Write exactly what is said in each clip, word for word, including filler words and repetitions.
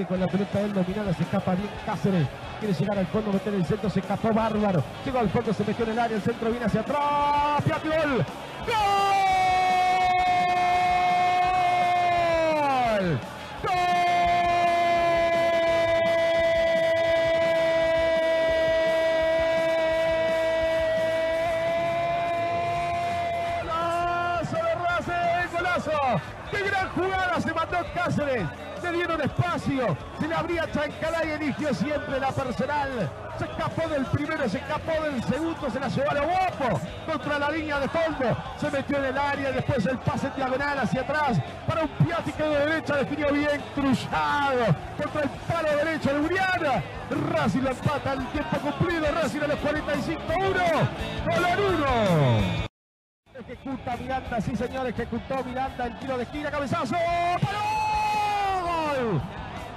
con la pelota él dominada, se escapa bien Cáceres. Quiere llegar al fondo, meter el centro, se escapó bárbaro. Llegó al fondo, se metió en el área, el centro viene hacia atrás. ¡Piatti, gol! ¡Gol! ¡Qué gran jugada se mandó Cáceres! Le dieron espacio, se le abría Chancalá y eligió siempre la personal. Se escapó del primero, se escapó del segundo, se la llevó a lo guapo contra la línea de fondo. Se metió en el área, después el pase en diagonal hacia atrás para un Piatti que de derecha definió bien, cruzado contra el palo derecho de Uriana. Racing lo empata al tiempo cumplido, Racing a los cuarenta y cinco, uno, gol en uno. Ejecuta Miranda, sí señor, ejecutó Miranda el tiro de esquina, cabezazo, ¡paró! ¡Gol! ¡Gol!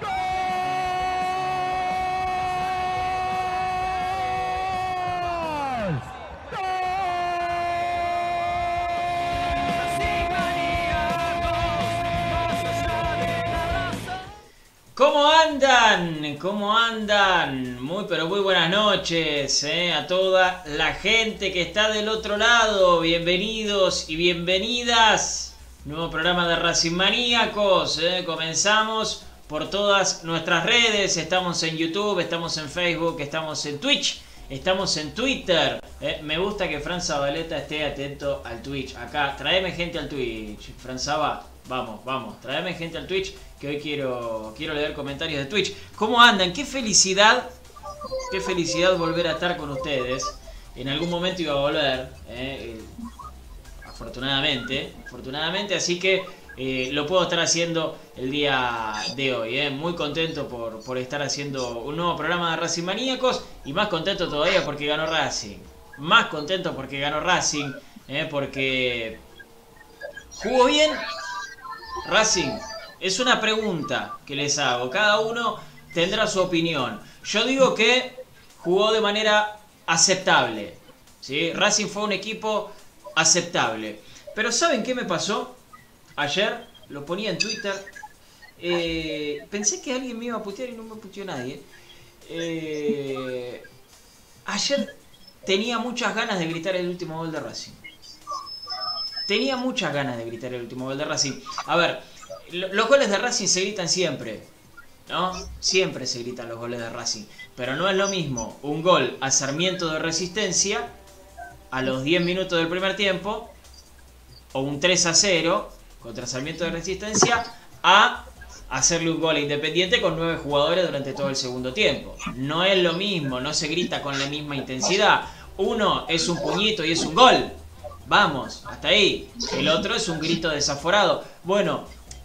¿Cómo andan? ¿Cómo andan? Muy pero muy buenas noches eh, a toda la gente que está del otro lado. Bienvenidos y bienvenidas. Nuevo programa de Racing Maníacos. Eh. Comenzamos por todas nuestras redes. Estamos en YouTube, estamos en Facebook, estamos en Twitch, estamos en Twitter. Eh. Me gusta que Fran Zabaleta esté atento al Twitch. Acá, tráeme gente al Twitch. Fran Zaba, vamos, vamos. Tráeme gente al Twitch. Que hoy quiero, quiero leer comentarios de Twitch. ¿Cómo andan? Qué felicidad, qué felicidad volver a estar con ustedes. En algún momento iba a volver, eh, afortunadamente, afortunadamente, así que eh, lo puedo estar haciendo el día de hoy. Eh. Muy contento por, por estar haciendo un nuevo programa de Racing Maníacos y más contento todavía porque ganó Racing. Más contento porque ganó Racing, eh, porque jugó bien Racing. Es una pregunta que les hago. Cada uno tendrá su opinión. Yo digo que jugó de manera aceptable, ¿sí? Racing fue un equipo aceptable. Pero ¿saben qué me pasó? Ayer lo ponía en Twitter. Eh, pensé que alguien me iba a putear y no me puteó nadie. Eh, ayer tenía muchas ganas de gritar el último gol de Racing. Tenía muchas ganas de gritar el último gol de Racing. A ver... Los goles de Racing se gritan siempre, ¿no? Siempre se gritan los goles de Racing. Pero no es lo mismo un gol a Sarmiento de Resistencia a los diez minutos del primer tiempo, o un tres a cero contra Sarmiento de Resistencia, a hacerle un gol a Independiente con nueve jugadores durante todo el segundo tiempo. No es lo mismo, no se grita con la misma intensidad. Uno es un puñito y es un gol. Vamos, hasta ahí. El otro es un grito desaforado. Bueno...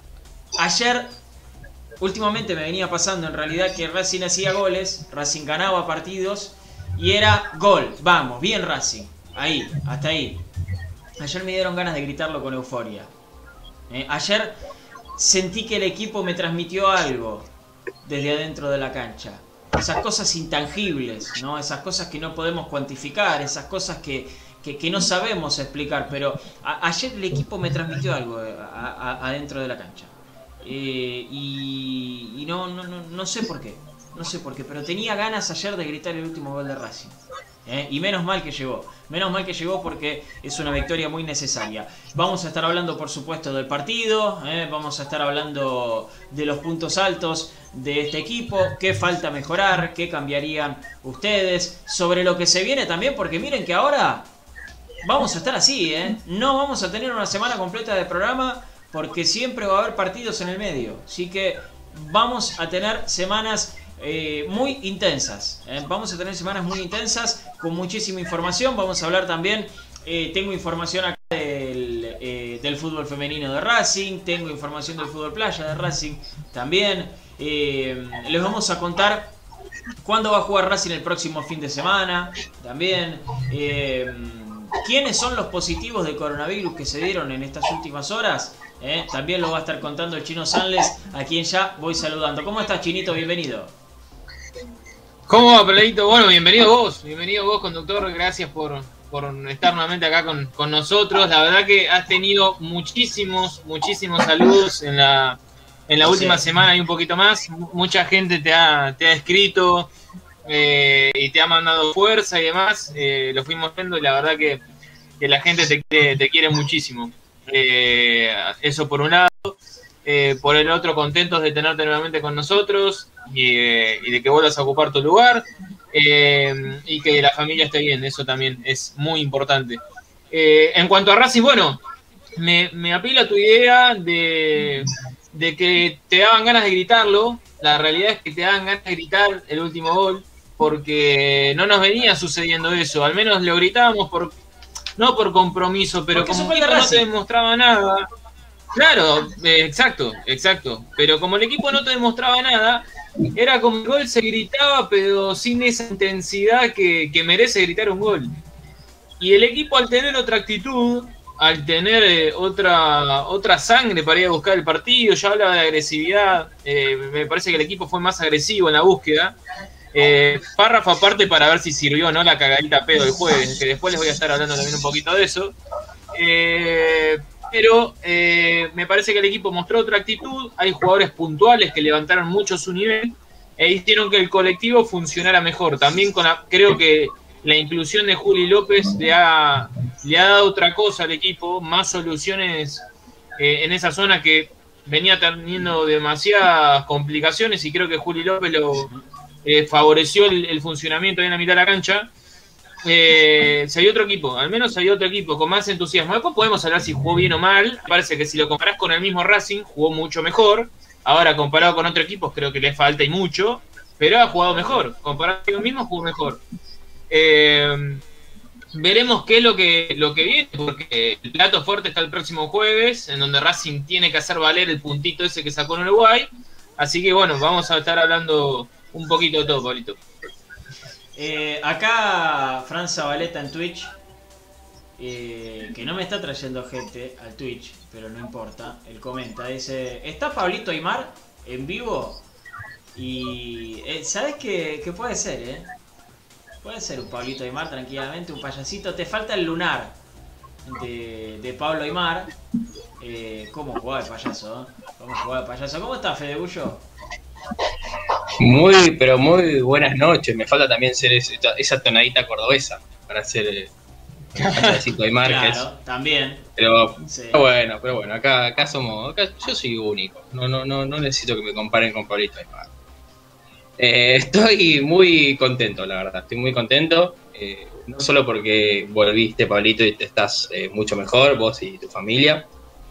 Ayer, últimamente me venía pasando en realidad que Racing hacía goles, Racing ganaba partidos y era gol, vamos, bien Racing, ahí, hasta ahí. Ayer me dieron ganas de gritarlo con euforia. Eh, ayer sentí que el equipo me transmitió algo desde adentro de la cancha. Esas cosas intangibles, ¿no? Esas cosas que no podemos cuantificar, esas cosas que, que, que no sabemos explicar, pero a, ayer el equipo me transmitió algo a, a, adentro de la cancha. Eh, y y no, no, no, no sé por qué, no sé por qué, pero tenía ganas ayer de gritar el último gol de Racing. Eh, y menos mal que llegó, menos mal que llegó porque es una victoria muy necesaria. Vamos a estar hablando por supuesto del partido, eh, vamos a estar hablando de los puntos altos de este equipo, qué falta mejorar, qué cambiarían ustedes, sobre lo que se viene también, porque miren que ahora vamos a estar así, eh, no vamos a tener una semana completa de programa, porque siempre va a haber partidos en el medio. Así que vamos a tener semanas eh, muy intensas. ¿eh? Vamos a tener semanas muy intensas con muchísima información. Vamos a hablar también, eh, tengo información acá del, eh, del fútbol femenino de Racing. Tengo información del fútbol playa de Racing también. Eh, les vamos a contar cuándo va a jugar Racing el próximo fin de semana. También... Eh, ¿quiénes son los positivos de coronavirus que se dieron en estas últimas horas? ¿Eh? También lo va a estar contando el Chino Sanles, a quien ya voy saludando. ¿Cómo estás, Chinito? Bienvenido. ¿Cómo va, Peladito? Bueno, bienvenido vos, bienvenido vos, conductor. Gracias por, por estar nuevamente acá con, con nosotros. La verdad que has tenido muchísimos, muchísimos saludos en la, en la O última sea, semana y un poquito más, mucha gente te ha, te ha escrito eh, y te ha mandado fuerza y demás. Eh, lo fuimos viendo y la verdad que, que la gente te quiere, te quiere muchísimo. Eh, eso por un lado. Eh, por el otro, contentos de tenerte nuevamente con nosotros y, eh, y de que vuelvas a ocupar tu lugar eh, y que la familia esté bien, eso también es muy importante. Eh, en cuanto a Racing, bueno, me, me apela tu idea de, de que te daban ganas de gritarlo. La realidad es que te daban ganas de gritar el último gol porque no nos venía sucediendo eso, al menos lo gritábamos por, no por compromiso, pero porque como eso fue equipo de no te Racing. demostraba nada. Claro, eh, exacto, exacto. Pero como el equipo no te demostraba nada, era como el gol se gritaba, pero sin esa intensidad que, que merece gritar un gol. Y el equipo, al tener otra actitud, al tener eh, otra otra sangre para ir a buscar el partido, ya hablaba de agresividad, eh, me parece que el equipo fue más agresivo en la búsqueda. Eh, párrafo aparte para ver si sirvió o no la cagadita a pedo el jueves, que después les voy a estar hablando también un poquito de eso. Eh, pero eh, me parece que el equipo mostró otra actitud, hay jugadores puntuales que levantaron mucho su nivel e hicieron que el colectivo funcionara mejor. También con la, creo que la inclusión de Juli López le ha, le ha dado otra cosa al equipo, más soluciones eh, en esa zona que venía teniendo demasiadas complicaciones y creo que Juli López lo eh, favoreció el, el funcionamiento ahí en la mitad de la cancha. Eh, se dio otro equipo, al menos se dio otro equipo con más entusiasmo. Después podemos hablar si jugó bien o mal. Parece que si lo comparás con el mismo Racing, jugó mucho mejor. Ahora, comparado con otros equipos, creo que le falta y mucho, pero ha jugado mejor. Comparado con el mismo, jugó mejor. Eh, veremos qué es lo que, lo que viene, porque el plato fuerte está el próximo jueves, en donde Racing tiene que hacer valer el puntito ese que sacó en Uruguay. Así que bueno, vamos a estar hablando un poquito de todo, Pablito. Eh, acá Fran Zabaleta en Twitch, eh, que no me está trayendo gente al Twitch, pero no importa, él comenta, dice, ¿está Pablito Aimar en vivo? Y eh, ¿sabes qué, qué puede ser? Eh? Puede ser un Pablito Aimar tranquilamente, un payasito. Te falta el lunar de, de Pablo Aimar. Eh, ¿Cómo jugaba el payaso? ¿Eh? ¿Cómo jugaba el payaso? ¿Cómo está, Fede Bullo? Muy, pero muy buenas noches. Me falta también ser ese, esa tonadita cordobesa para hacer el payasito de Márquez. Claro, también. Pero, Sí. pero bueno, pero bueno, acá, acá somos, acá yo soy único. No, no, no, no necesito que me comparen con Pablito Aimar. Eh, estoy muy contento, la verdad. Estoy muy contento. Eh, no solo porque volviste, Pablito, y te estás eh, mucho mejor, vos y tu familia.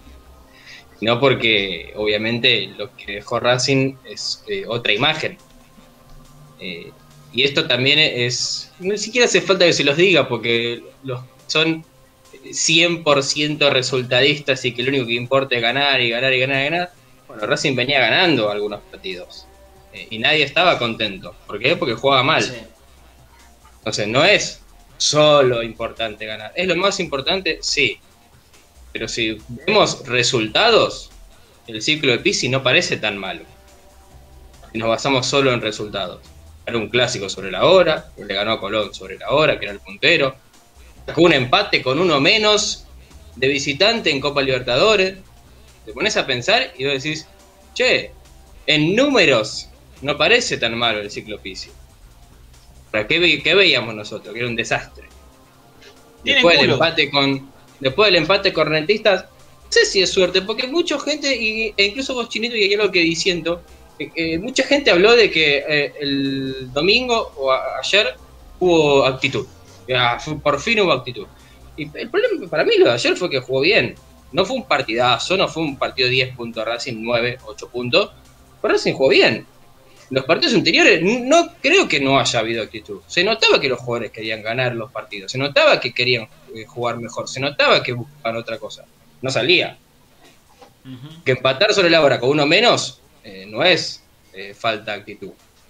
No porque, obviamente, lo que dejó Racing es eh, otra imagen. Eh, y esto también es... Ni siquiera hace falta que se los diga, porque los son cien por ciento resultadistas y que lo único que importa es ganar y ganar y ganar y ganar. Bueno, Racing venía ganando algunos partidos. Eh, y nadie estaba contento. ¿Por qué? Porque jugaba mal. Sí. Entonces, no es solo importante ganar. ¿Es lo más importante? Sí. Pero si vemos resultados, el ciclo de Pizzi no parece tan malo. Si nos basamos solo en resultados. Era un clásico sobre la hora, le ganó a Colón sobre la hora, que era el puntero. Sacó un empate con uno menos de visitante en Copa Libertadores. Te pones a pensar y vos decís, che, en números no parece tan malo el ciclo Pizzi. ¿Para qué, ve qué veíamos nosotros? Que era un desastre. Después del empate con... Después del empate con Rentistas, no sé si es suerte, porque mucha gente, y, e incluso vos, Chinito, y hay algo que diciendo, eh, eh, mucha gente habló de que eh, el domingo o a, ayer hubo actitud. Ya, por fin hubo actitud. Y el problema para mí lo de ayer fue que jugó bien. No fue un partidazo, no fue un partido diez puntos, Racing nueve, ocho puntos. Pero Racing jugó bien. Los partidos anteriores, no creo que no haya habido actitud. Se notaba que los jugadores querían ganar los partidos. Se notaba que querían eh, jugar mejor. Se notaba que buscaban otra cosa. No salía. Uh-huh. Que empatar sobre la hora con uno menos eh, no es eh, falta de actitud.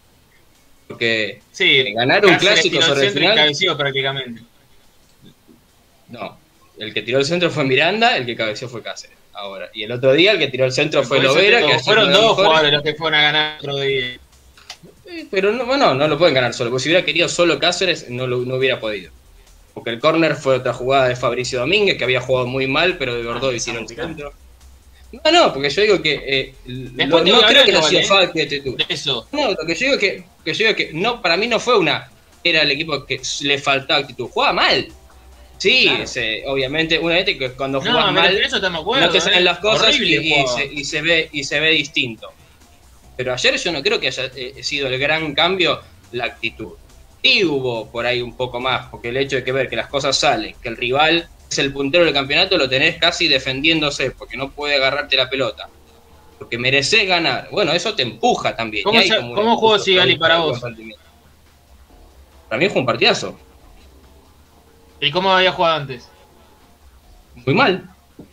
Porque sí, eh, ganar un clásico sobre el final... Cabeció prácticamente. No. El que tiró el centro fue Miranda, el que cabeció fue Cáceres. Ahora. Y el otro día el que tiró el centro fue Lovera. Que fueron dos jugadores los que fueron a ganar otro día. Pero no, bueno, no lo pueden ganar solo, porque si hubiera querido solo Cáceres no, lo, no hubiera podido. Porque el córner fue otra jugada de Fabricio Domínguez, que había jugado muy mal, pero de verdad ah, tiró el centro. No, no, porque yo digo que eh, lo, te no voy a creo hablar que no igual, sea ¿eh? falta de actitud. De eso. No, lo que yo digo que, que yo digo que no, para mí no fue una, era el equipo que le faltaba actitud, jugaba mal. Sí, Claro. se, obviamente, una vez que cuando No, jugás pero mal, en eso estamos de acuerdo, no te salen ¿eh? las cosas y, Horrible y jugaba. se, y se ve y se ve distinto. Pero ayer yo no creo que haya eh, sido el gran cambio la actitud. Sí hubo por ahí un poco más, porque el hecho de que ver que las cosas salen, que el rival es el puntero del campeonato, lo tenés casi defendiéndose, porque no puede agarrarte la pelota. Porque mereces ganar. Bueno, eso te empuja también. ¿Cómo, Y hay se- como un cómo jugó impulso Sigali para de vos? compartimiento. Para mí fue un partidazo. ¿Y cómo había jugado antes? Muy mal.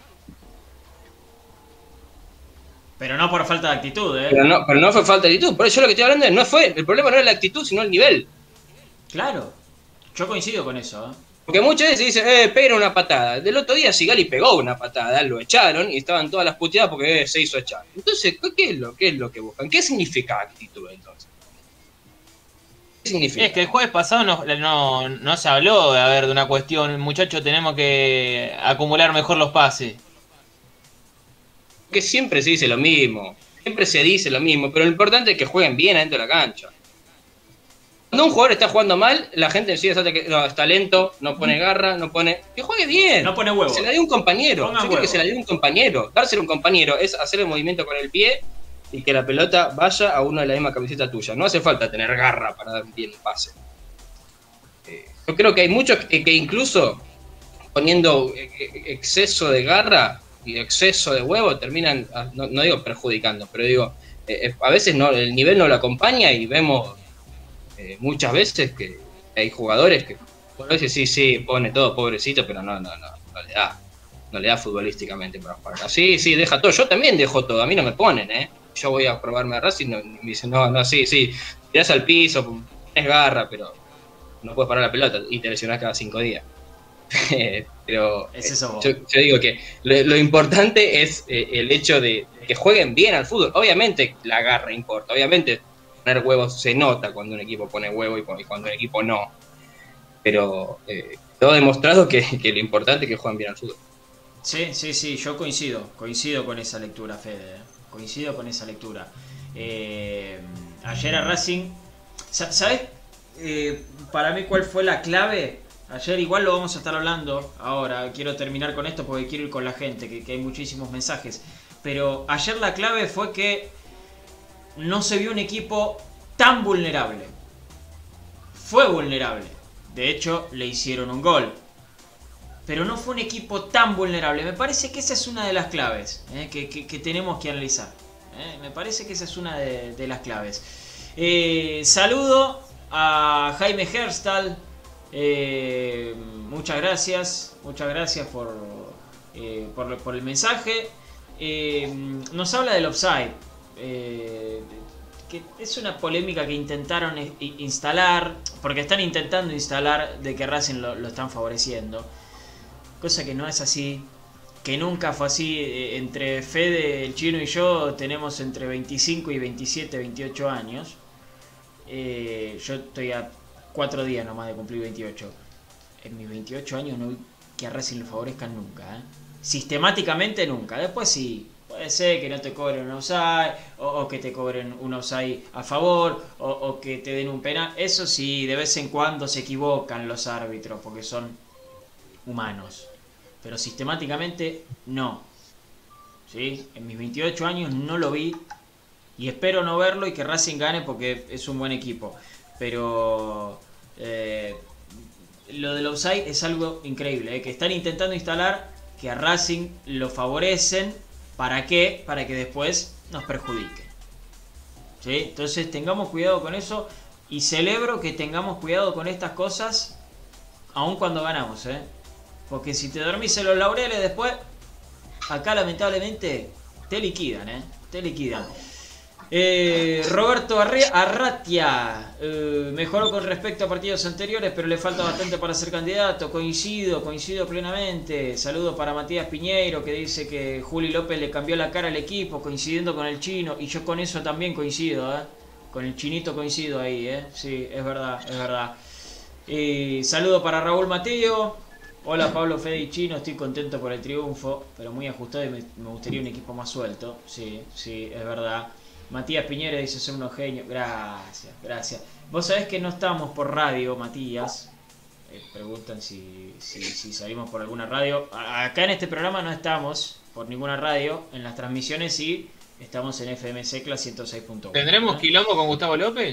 Pero no por falta de actitud, ¿eh? Pero no, pero no fue falta de actitud. Por eso yo lo que estoy hablando es, no fue, el problema no es la actitud, sino el nivel. Claro. Yo coincido con eso, ¿eh? Porque muchas veces dicen, eh, pega una patada. Del otro día Sigali pegó una patada, lo echaron y estaban todas las puteadas porque eh, se hizo echar. Entonces, ¿qué es lo, qué es lo que buscan? ¿Qué significa actitud entonces? ¿Qué significa? Es que el jueves pasado no, no, no se habló de, a ver, de una cuestión, muchachos, tenemos que acumular mejor los pases. Que siempre se dice lo mismo, siempre se dice lo mismo, pero lo importante es que jueguen bien adentro de la cancha. Cuando un jugador está jugando mal, la gente decide que no, está lento, no pone garra, no pone... ¡Que juegue bien! No pone huevo. Se la dé un compañero. Pongan Yo creo que huevo. se la dé un compañero. Dársela a un compañero es hacer el movimiento con el pie y que la pelota vaya a uno de la misma camiseta tuya. No hace falta tener garra para dar bien el pase. Eh, yo creo que hay muchos que, que incluso poniendo eh, exceso de garra y exceso de huevo terminan, no, no digo perjudicando, pero digo, eh, a veces no, el nivel no lo acompaña y vemos eh, muchas veces que hay jugadores que a veces sí, sí, pone todo pobrecito, pero no, no, no, no le da, no le da futbolísticamente para jugar. Sí, sí, deja todo, yo también dejo todo, a mí no me ponen, ¿eh? Yo voy a probarme a Racing y no, me dicen, no, no, sí, sí, tirás al piso, tienes garra, pero no puedes parar la pelota y te lesionás cada cinco días. Pero Es eso vos. yo, yo digo que lo, lo importante es eh, el hecho de que jueguen bien al fútbol. Obviamente la garra importa, obviamente poner huevos se nota cuando un equipo pone huevo y cuando un equipo no. Pero eh, todo demostrado que, que lo importante es que jueguen bien al fútbol. Sí, sí, sí, yo coincido, coincido con esa lectura, Fede, ¿eh? Coincido con esa lectura. Eh, ayer a Racing, ¿sabes eh, para mí cuál fue la clave? Ayer igual lo vamos a estar hablando ahora, quiero terminar con esto porque quiero ir con la gente, que, que hay muchísimos mensajes. Pero ayer la clave fue que no se vio un equipo tan vulnerable. Fue vulnerable, de hecho le hicieron un gol. Pero no fue un equipo tan vulnerable. Me parece que esa es una de las claves eh, que, que, que tenemos que analizar. Eh. Me parece que esa es una de, de las claves. Eh, saludo a Jaime Herstal. Eh, muchas gracias. Muchas gracias por, eh, por, por el mensaje. Eh, nos habla del offside. Eh, que es una polémica que intentaron instalar. Porque están intentando instalar de que Racing lo, lo están favoreciendo. Cosa que no es así, que nunca fue así. Entre Fede, el Chino y yo tenemos entre veinticinco y veintisiete, veintiocho años. Eh, yo estoy a cuatro días nomás de cumplir veintiocho. En mis veintiocho años no vi que a Racing lo favorezcan nunca. ¿eh? Sistemáticamente nunca. Después sí, puede ser que no te cobren un offside, o, o que te cobren un offside a favor, o, o que te den un penal. Eso sí, de vez en cuando se equivocan los árbitros, porque son humanos. Pero sistemáticamente no. ¿Sí? En mis veintiocho años no lo vi. Y espero no verlo y que Racing gane porque es un buen equipo. Pero eh, lo del offside es algo increíble. ¿eh? Que están intentando instalar que a Racing lo favorecen. ¿Para qué? Para que después nos perjudique. ¿Sí? Entonces tengamos cuidado con eso. Y celebro que tengamos cuidado con estas cosas. Aun cuando ganamos, ¿eh? Porque si te dormís en los laureles después, acá lamentablemente te liquidan, ¿eh? Te liquidan. Eh, Roberto Arratia eh, mejoró con respecto a partidos anteriores, pero le falta bastante para ser candidato. Coincido, coincido plenamente. Saludo para Matías Piñeiro, que dice que Juli López le cambió la cara al equipo, coincidiendo con el chino. Y yo con eso también coincido, ¿eh? Con el chinito coincido ahí, ¿eh? Sí, es verdad, es verdad. Eh, saludo para Raúl Mateo. Hola Pablo, Fede y Chino, estoy contento por el triunfo, pero muy ajustado y me, me gustaría un equipo más suelto. Sí, sí, es verdad. Matías Piñera dice, son unos genios. Gracias, gracias. Vos sabés que no estamos por radio, Matías. Eh, preguntan si, si, si salimos por alguna radio. A- acá en este programa no estamos por ninguna radio. En las transmisiones sí, estamos en F M Secla ciento seis punto uno. ¿Tendremos ¿eh? quilombo con Gustavo López?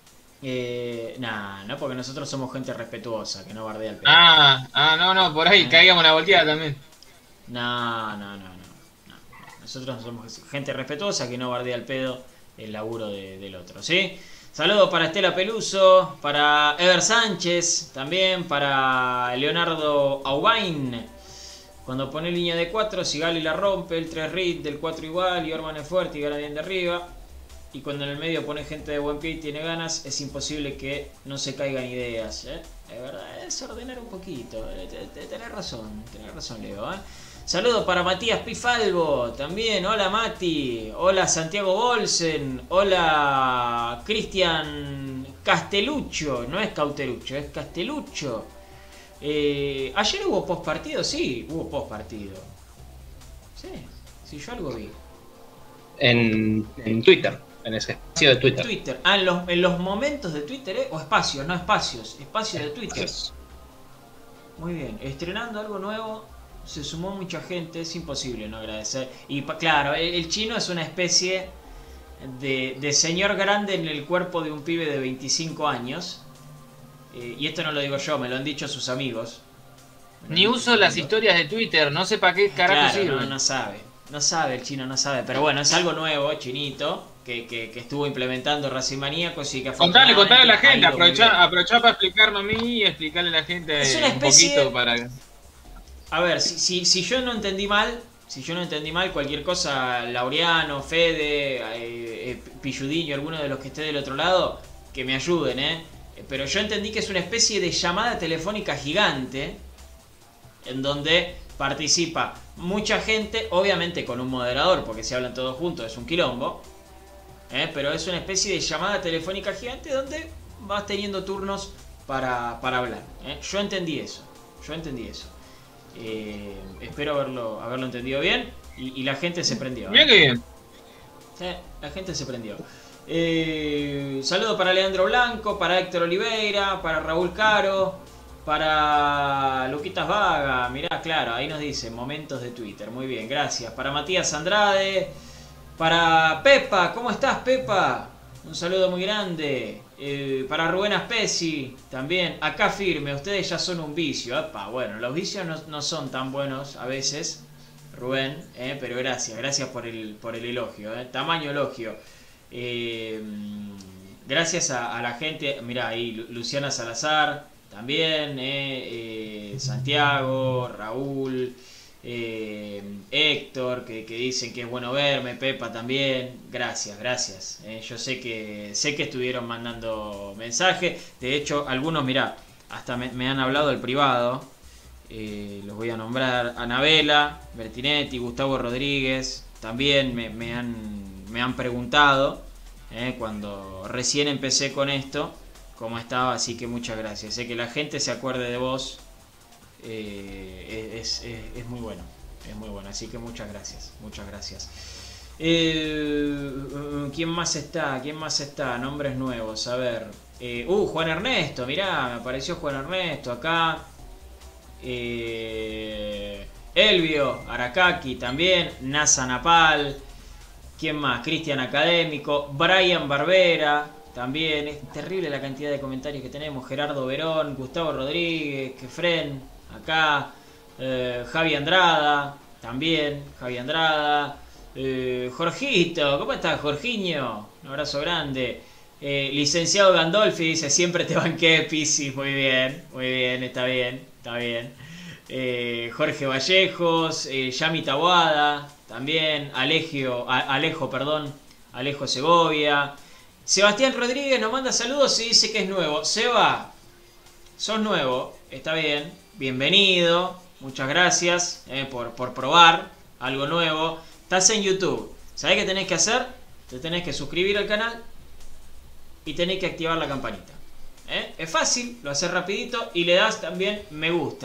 Eh, nah, no, porque nosotros somos gente respetuosa, que no bardea el pedo. Ah, ah, no, no, por ahí, Ah. caíamos una volteada también. No, no, no, no, no. Nosotros somos gente respetuosa que no bardea el pedo el laburo de- del otro, ¿sí? Saludos para Estela Peluso, para Ever Sánchez, también para Leonardo Aubain. Cuando pone línea de cuatro, Sigali la rompe, el tres rit del cuatro igual y Orban es fuerte y gana bien de arriba. Y cuando en el medio pone gente de buen pie y tiene ganas, es imposible que no se caigan ideas, ¿eh? Es verdad, es ordenar un poquito. eh, te- te- Tenés razón, tenés razón, Leo, ¿eh? Saludos para Matías Pifalvo, también. Hola Mati, hola Santiago Bolsen, hola Cristian Castelucho, no es Cauterucho, es Castelucho. Eh, ayer hubo post partido, sí, hubo post partido. Sí, sí, yo algo vi. En, en Twitter, en ese espacio de Twitter. Twitter. Ah, en los, en los momentos de Twitter, ¿eh? O espacios, no espacios. Espacios de Twitter. Es- Muy bien. Estrenando algo nuevo, se sumó mucha gente, es imposible no agradecer. Y pa- claro, el, el chino es una especie de, de señor grande en el cuerpo de un pibe de veinticinco años. Eh, y esto no lo digo yo, me lo han dicho sus amigos. Me lo Ni han uso dicho las sus amigos. historias de Twitter, no sé para qué carajo Claro, sirven. no, no sabe. No sabe, el chino no sabe. Pero bueno, es algo nuevo, chinito, que, que, que estuvo implementando Racing Maníacos y que Contale, contale a la afortunadamente gente, ha ido muy aprovechá, bien. aprovechá para explicarme a mí y explicarle a la gente Es una un especie- poquito para... A ver, si, si, si yo no entendí mal, si yo no entendí mal, cualquier cosa, Laureano, Fede, eh, eh, Pilludiño, alguno de los que esté del otro lado, que me ayuden, ¿eh? Pero yo entendí que es una especie de llamada telefónica gigante, en donde participa mucha gente, obviamente con un moderador, porque si hablan todos juntos es un quilombo, ¿eh? Pero es una especie de llamada telefónica gigante donde vas teniendo turnos para, para hablar, ¿eh? Yo entendí eso, yo entendí eso. Eh, espero haberlo, haberlo entendido bien y, y la gente se prendió, ¿eh? Mira que bien. Sí, la gente se prendió. Eh, saludo para Leandro Blanco, para Héctor Oliveira, para Raúl Caro, para Luquitas Vaga. Mirá, claro, ahí nos dice momentos de Twitter. Muy bien, gracias. Para Matías Andrade, para Pepa, ¿cómo estás, Pepa? Un saludo muy grande. Eh, para Rubén Aspesi, también. Acá firme, ustedes ya son un vicio. Epa, bueno, los vicios no, no son tan buenos a veces, Rubén, eh, pero gracias, gracias por el, por el elogio, eh, tamaño elogio. Eh, gracias a, a la gente, mirá ahí, Lu- Luciana Salazar, también, eh, eh, Santiago, Raúl, eh, Héctor, que, que dicen que es bueno verme, Pepa también, gracias, gracias. eh, yo sé que sé que estuvieron mandando mensajes, de hecho algunos, mirá, hasta me, me han hablado del privado. Eh, los voy a nombrar: Anabela, Bertinetti, Gustavo Rodríguez. También me, me han, me han preguntado, eh, cuando recién empecé con esto, cómo estaba, así que muchas gracias. Sé que la gente se acuerde de vos, eh, es, es, es muy bueno, es muy bueno, así que muchas gracias, muchas gracias. Eh, ¿Quién más está? ¿Quién más está? Nombres nuevos, a ver. Eh, uh, Juan Ernesto, mirá, me apareció Juan Ernesto acá. Eh, Elvio Arakaki también, Nasa Napal, ¿quién más? Cristian Académico, Brian Barbera también. Es terrible la cantidad de comentarios que tenemos. Gerardo Verón, Gustavo Rodríguez, Kefren acá, eh, Javi Andrada también, Javi Andrada, eh, Jorgito, ¿cómo estás, Jorginho? Un abrazo grande. Eh, licenciado Gandolfi dice: siempre te banqué, Pisi. Muy bien, muy bien, está bien, está bien. Eh, Jorge Vallejos, eh, Yami Tawada, también, Alegio, a, Alejo, perdón, Alejo Segovia. Sebastián Rodríguez nos manda saludos y dice que es nuevo. Seba, sos nuevo, está bien, bienvenido, muchas gracias eh, por, por probar algo nuevo. Estás en YouTube, ¿sabés qué tenés que hacer? Te tenés que suscribir al canal y tenés que activar la campanita. ¿Eh? Es fácil, lo haces rapidito y le das también me gusta.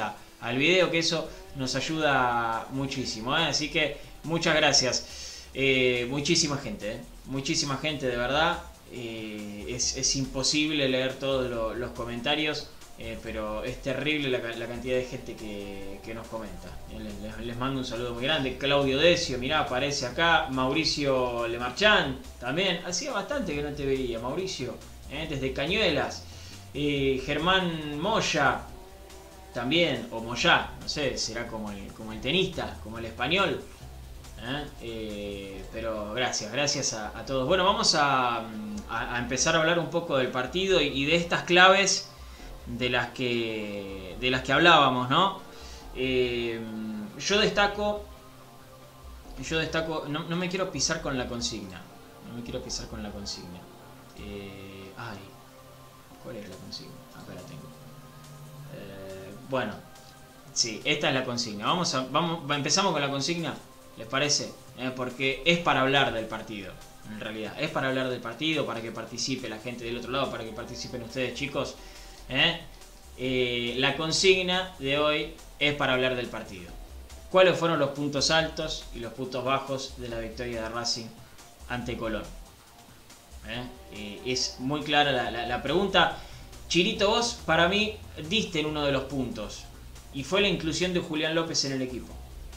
al video, que eso nos ayuda muchísimo, ¿eh? Así que muchas gracias. Eh, muchísima gente, ¿eh? Muchísima gente, de verdad. Eh, es, es imposible leer todos lo, los comentarios, eh, pero es terrible la, la cantidad de gente que, que nos comenta. Eh, les, les mando un saludo muy grande. Claudio Decio, mirá, aparece acá. Mauricio Lemarchán, también. Hacía bastante que no te veía, Mauricio, eh, desde Cañuelas. Eh, Germán Moya, también, o Moyá, no sé, será como el, como el tenista, como el español. ¿Eh? Eh, pero gracias, gracias a, a todos. Bueno, vamos a, a, a empezar a hablar un poco del partido y, y de estas claves de las que de las que hablábamos, ¿no? Eh, yo destaco, yo destaco, no, no me quiero pisar con la consigna, no me quiero pisar con la consigna. Eh, ay, ¿cuál es la consigna? Acá la tengo. Eh, bueno, sí, esta es la consigna. Vamos a, vamos, empezamos con la consigna. ¿Les parece? Eh, porque es para hablar del partido, en realidad. Es para hablar del partido, para que participe la gente del otro lado, para que participen ustedes, chicos. ¿Eh? Eh, la consigna de hoy es para hablar del partido. ¿Cuáles fueron los puntos altos y los puntos bajos de la victoria de Racing ante Colón? ¿Eh? Eh, es muy clara la, la, la pregunta. Chirito, vos para mí diste en uno de los puntos, y fue la inclusión de Julián López en el equipo.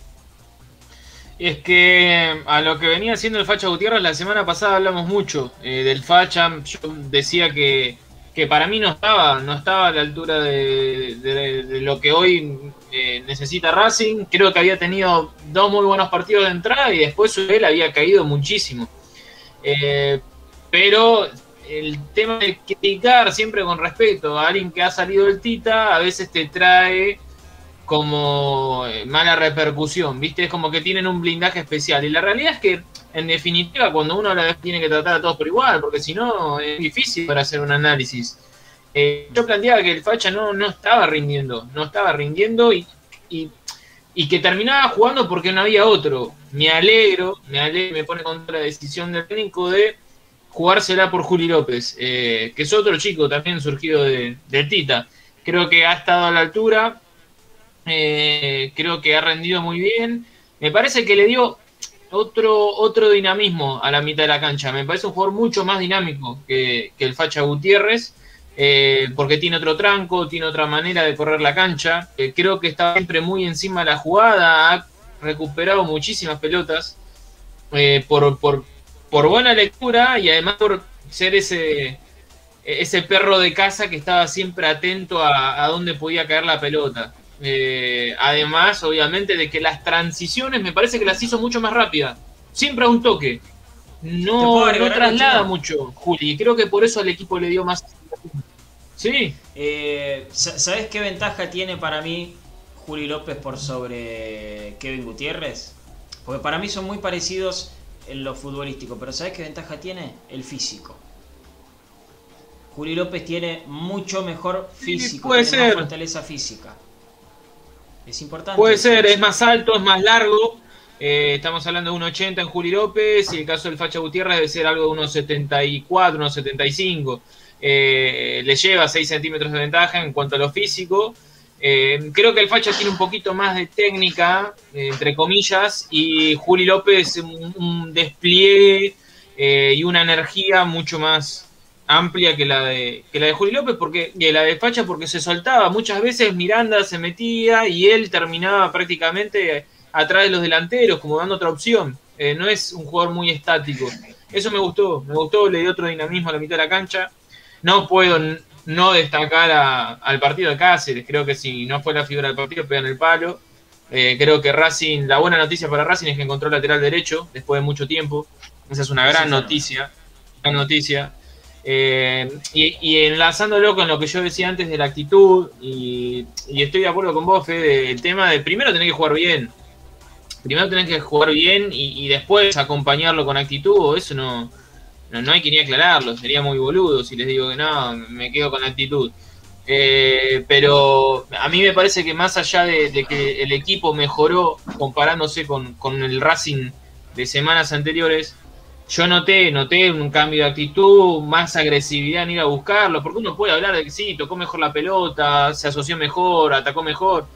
Es que a lo que venía haciendo el Facha Gutiérrez, la semana pasada hablamos mucho eh, del Facha. Yo decía que, que para mí no estaba, no estaba a la altura de, de, de lo que hoy eh, necesita Racing. Creo que había tenido dos muy buenos partidos de entrada y después él había caído muchísimo. Eh, pero el tema de criticar siempre con respeto a alguien que ha salido del Tita a veces te trae como mala repercusión, ¿viste? Es como que tienen un blindaje especial. Y la realidad es que, en definitiva, cuando uno a la vez tiene que tratar a todos por igual, porque si no es difícil para hacer un análisis. Eh, yo planteaba que el Facha no, no estaba rindiendo, no estaba rindiendo y, y, y que terminaba jugando porque no había otro. Me alegro, me alegro, me pone contra la decisión del técnico de jugársela por Juli López, eh, que es otro chico también surgido de, de Tita. Creo que ha estado a la altura. Eh, creo que ha rendido muy bien. Me parece que le dio otro, otro dinamismo a la mitad de la cancha. Me parece un jugador mucho más dinámico que, que el Facha Gutiérrez, eh, porque tiene otro tranco, tiene otra manera de correr la cancha. Eh, creo que está siempre muy encima de la jugada, ha recuperado muchísimas pelotas eh, por, por, por buena lectura y además por ser ese, ese perro de casa que estaba siempre atento a, a dónde podía caer la pelota. Eh, además, obviamente, de que las transiciones me parece que las hizo mucho más rápida. Siempre a un toque. No, no traslada mucho, Juli. Creo que por eso al equipo le dio más. Sí. Eh, ¿Sabes qué ventaja tiene para mí Juli López por sobre Kevin Gutiérrez? Porque para mí son muy parecidos en lo futbolístico. Pero ¿sabes qué ventaja tiene? El físico. Juli López tiene mucho mejor físico. Sí, puede tiene ser. más fortaleza física. Es importante. Puede ser, es más alto, es más largo. Eh, estamos hablando de uno ochenta en Juli López y el caso del Facha Gutiérrez debe ser algo de uno setenta y cuatro, uno setenta y cinco. Eh, le lleva seis centímetros de ventaja en cuanto a lo físico. Eh, creo que el Facha tiene un poquito más de técnica, eh, entre comillas, y Juli López un, un despliegue eh, y una energía mucho más amplia que la de que la de Juli López, porque y la de Facha porque se soltaba muchas veces. Miranda se metía y él terminaba prácticamente atrás de los delanteros, como dando otra opción. Eh, no es un jugador muy estático. Eso me gustó, me gustó, le dio otro dinamismo a la mitad de la cancha. No puedo no destacar a, al partido de Cáceres. Creo que si no fue la figura del partido, pegan el palo. Eh, creo que Racing, la buena noticia para Racing es que encontró lateral derecho después de mucho tiempo. Esa es una gran noticia, gran noticia. Eh, y, y enlazándolo con lo que yo decía antes de la actitud, y, y estoy de acuerdo con vos, Fede, el tema de primero tener que jugar bien. Primero tener que jugar bien y, y después acompañarlo con actitud. Eso no, no, no hay que ni aclararlo, sería muy boludo si les digo que no, me quedo con actitud. Eh, pero a mí me parece que más allá de, de que el equipo mejoró comparándose con, con el Racing de semanas anteriores, yo noté, noté un cambio de actitud, más agresividad en ir a buscarlo, porque uno puede hablar de que sí, tocó mejor la pelota, se asoció mejor, atacó mejor,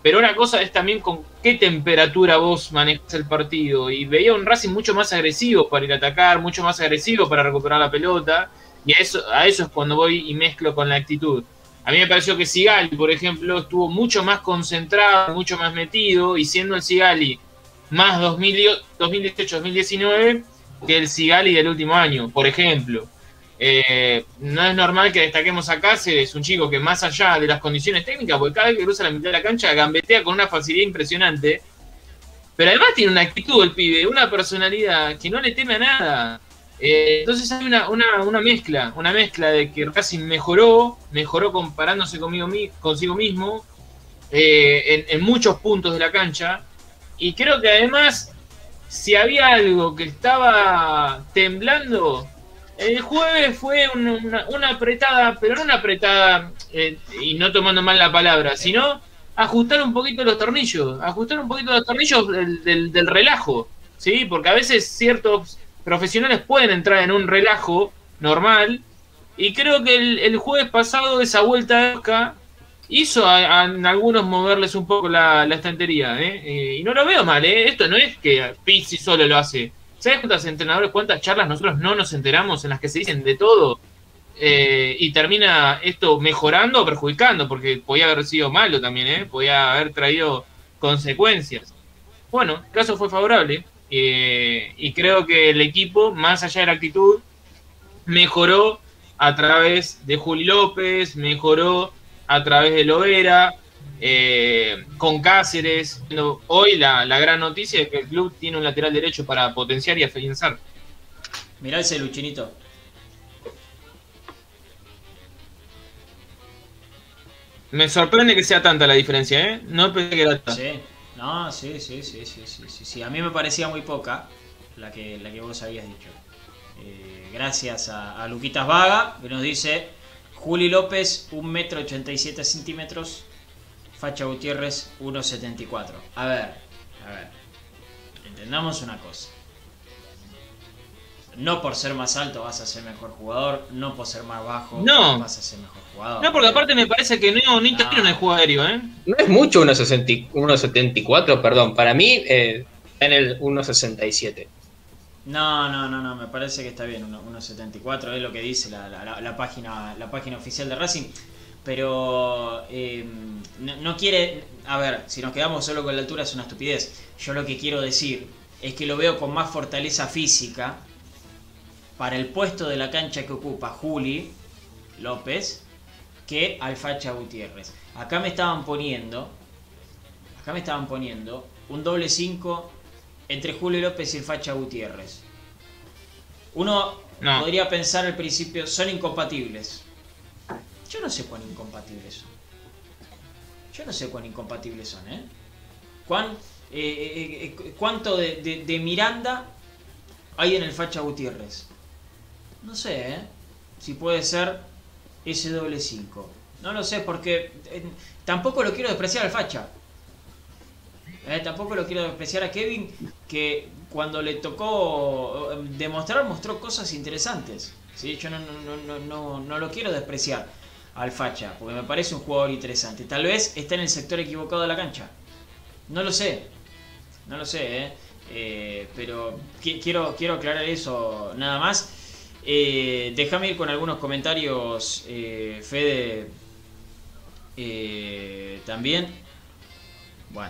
pero una cosa es también con qué temperatura vos manejas el partido. Y veía un Racing mucho más agresivo para ir a atacar, mucho más agresivo para recuperar la pelota. Y a eso, a eso es cuando voy y mezclo con la actitud. A mí me pareció que Sigali, por ejemplo, estuvo mucho más concentrado, mucho más metido, y siendo el Sigali más dos mil dieciocho dos mil diecinueve que el Sigali del último año, por ejemplo. Eh, no es normal que destaquemos a Cáceres, un chico que más allá de las condiciones técnicas, porque cada vez que cruza la mitad de la cancha gambetea con una facilidad impresionante, pero además tiene una actitud el pibe, una personalidad que no le teme a nada. Eh, entonces hay una, una, una mezcla, una mezcla de que Racing mejoró, mejoró comparándose conmigo, consigo mismo eh, en, en muchos puntos de la cancha, y creo que además, si había algo que estaba temblando, el jueves fue una, una, una apretada, pero no una apretada, eh, y no tomando mal la palabra, sino ajustar un poquito los tornillos, ajustar un poquito los tornillos del, del, del relajo, ¿sí? Porque a veces ciertos profesionales pueden entrar en un relajo normal, y creo que el, el jueves pasado esa vuelta de Oscar hizo a, a algunos moverles un poco la, la estantería, ¿eh? Eh, y no lo veo mal, ¿eh? Esto no es que Pizzi solo lo hace. ¿Sabes cuántos entrenadores, cuántas charlas nosotros no nos enteramos en las que se dicen de todo? Eh, y termina esto mejorando o perjudicando, porque podía haber sido malo también, ¿eh? Podía haber traído consecuencias. Bueno, el caso fue favorable, eh, y creo que el equipo, más allá de la actitud, mejoró a través de Juli López, mejoró a través de Lovera, eh, con Cáceres. Hoy la, la gran noticia es que el club tiene un lateral derecho para potenciar y afianzar. Mirá ese Luchinito. Me sorprende que sea tanta la diferencia, ¿eh? No pensé que era tanta. Sí, no, sí, sí, sí, sí, sí, sí, sí. A mí me parecía muy poca la que, la que vos habías dicho. Eh, gracias a, a Luquitas Vaga, que nos dice: Juli López, un metro ochenta y siete centímetros. Facha Gutiérrez, uno setenta y cuatro. A ver, a ver. Entendamos una cosa. No por ser más alto vas a ser mejor jugador. No por ser más bajo no. vas a ser mejor jugador. No, porque aparte me parece que no, ni no. tiene un juego aéreo, ¿eh? No es mucho uno setenta y cuatro, perdón. Para mí, eh, está en el uno sesenta y siete. No, no, no, no, me parece que está bien, uno setenta y cuatro es lo que dice la, la, la, página, la página oficial de Racing, pero eh, no, no quiere, a ver, si nos quedamos solo con la altura es una estupidez. Yo lo que quiero decir es que lo veo con más fortaleza física para el puesto de la cancha que ocupa Juli López que al Facha Gutiérrez. Acá me estaban poniendo, acá me estaban poniendo un doble cinco entre Julio López y el Facha Gutiérrez. Uno no. podría pensar al principio, son incompatibles. Yo no sé cuán incompatibles son. Yo no sé cuán incompatibles son, ¿eh? ¿Cuán, eh, eh, ¿Cuánto de, de, de Miranda hay en el Facha Gutiérrez? No sé, ¿eh? Si puede ser ese doble cinco. No lo sé porque eh, tampoco lo quiero despreciar al Facha. Eh, tampoco lo quiero despreciar a Kevin, que cuando le tocó demostrar, mostró cosas interesantes. ¿Sí? Yo no, no, no, no, no lo quiero despreciar al Facha, porque me parece un jugador interesante. Tal vez está en el sector equivocado de la cancha. No lo sé. No lo sé, ¿eh? Eh, pero qu quiero, quiero aclarar eso nada más. Eh, déjame ir con algunos comentarios, eh, Fede, eh, también. Bueno.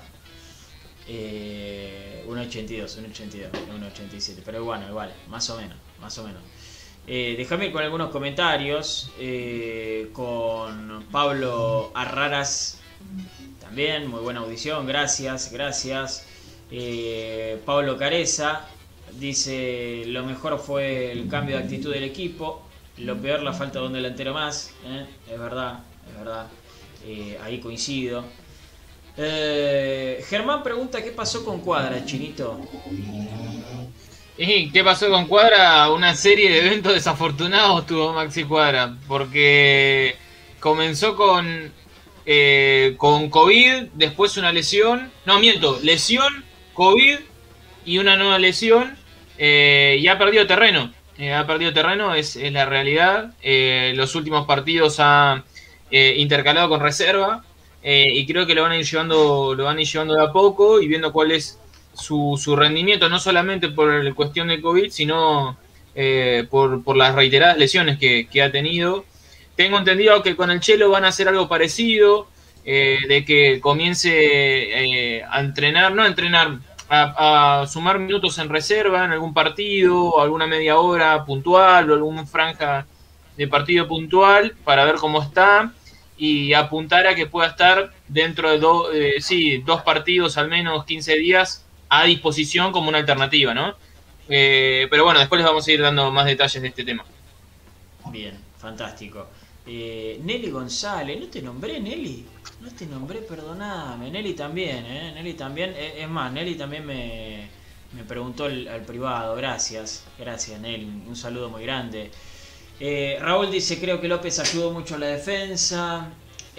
Eh, uno ochenta y dos, uno ochenta y dos, uno ochenta y siete, pero bueno, igual, más o menos, más o menos. Eh, déjame ir con algunos comentarios, eh, con Pablo Arraras, también, muy buena audición, gracias, gracias. Eh, Pablo Careza dice: lo mejor fue el cambio de actitud del equipo, lo peor la falta de un delantero más. ¿eh? Es verdad, es verdad, eh, ahí coincido. Eh, Germán pregunta: ¿qué pasó con Cuadra, Chinito? ¿Y qué pasó con Cuadra? Una serie de eventos desafortunados tuvo Maxi Cuadra, porque comenzó con eh, con COVID, después una lesión, no miento, lesión, COVID y una nueva lesión, eh, y ha perdido terreno, eh, ha perdido terreno, es, es la realidad. Eh, los últimos partidos ha eh, intercalado con reserva. eh, y creo que lo van a ir llevando, lo van a ir llevando de a poco y viendo cuál es su, su rendimiento, no solamente por la cuestión de COVID, sino eh, por, por las reiteradas lesiones que, que ha tenido. Tengo entendido que con el Chelo van a hacer algo parecido, eh, de que comience eh, a entrenar, no a entrenar, a, a sumar minutos en reserva en algún partido, o alguna media hora puntual, o alguna franja de partido puntual, para ver cómo está, y apuntar a que pueda estar dentro de do, eh, sí, dos partidos, al menos quince días, a disposición como una alternativa, ¿no? Eh, pero bueno, después les vamos a ir dando más detalles de este tema. Bien, fantástico. Eh, Nelly González, ¿no te nombré, Nelly? No te nombré, perdoname. Nelly también, ¿eh? Nelly también. Eh, es más, Nelly también me, me preguntó al, al privado. Gracias, gracias, Nelly. Un saludo muy grande. Eh, Raúl dice, creo que López ayudó mucho a la defensa.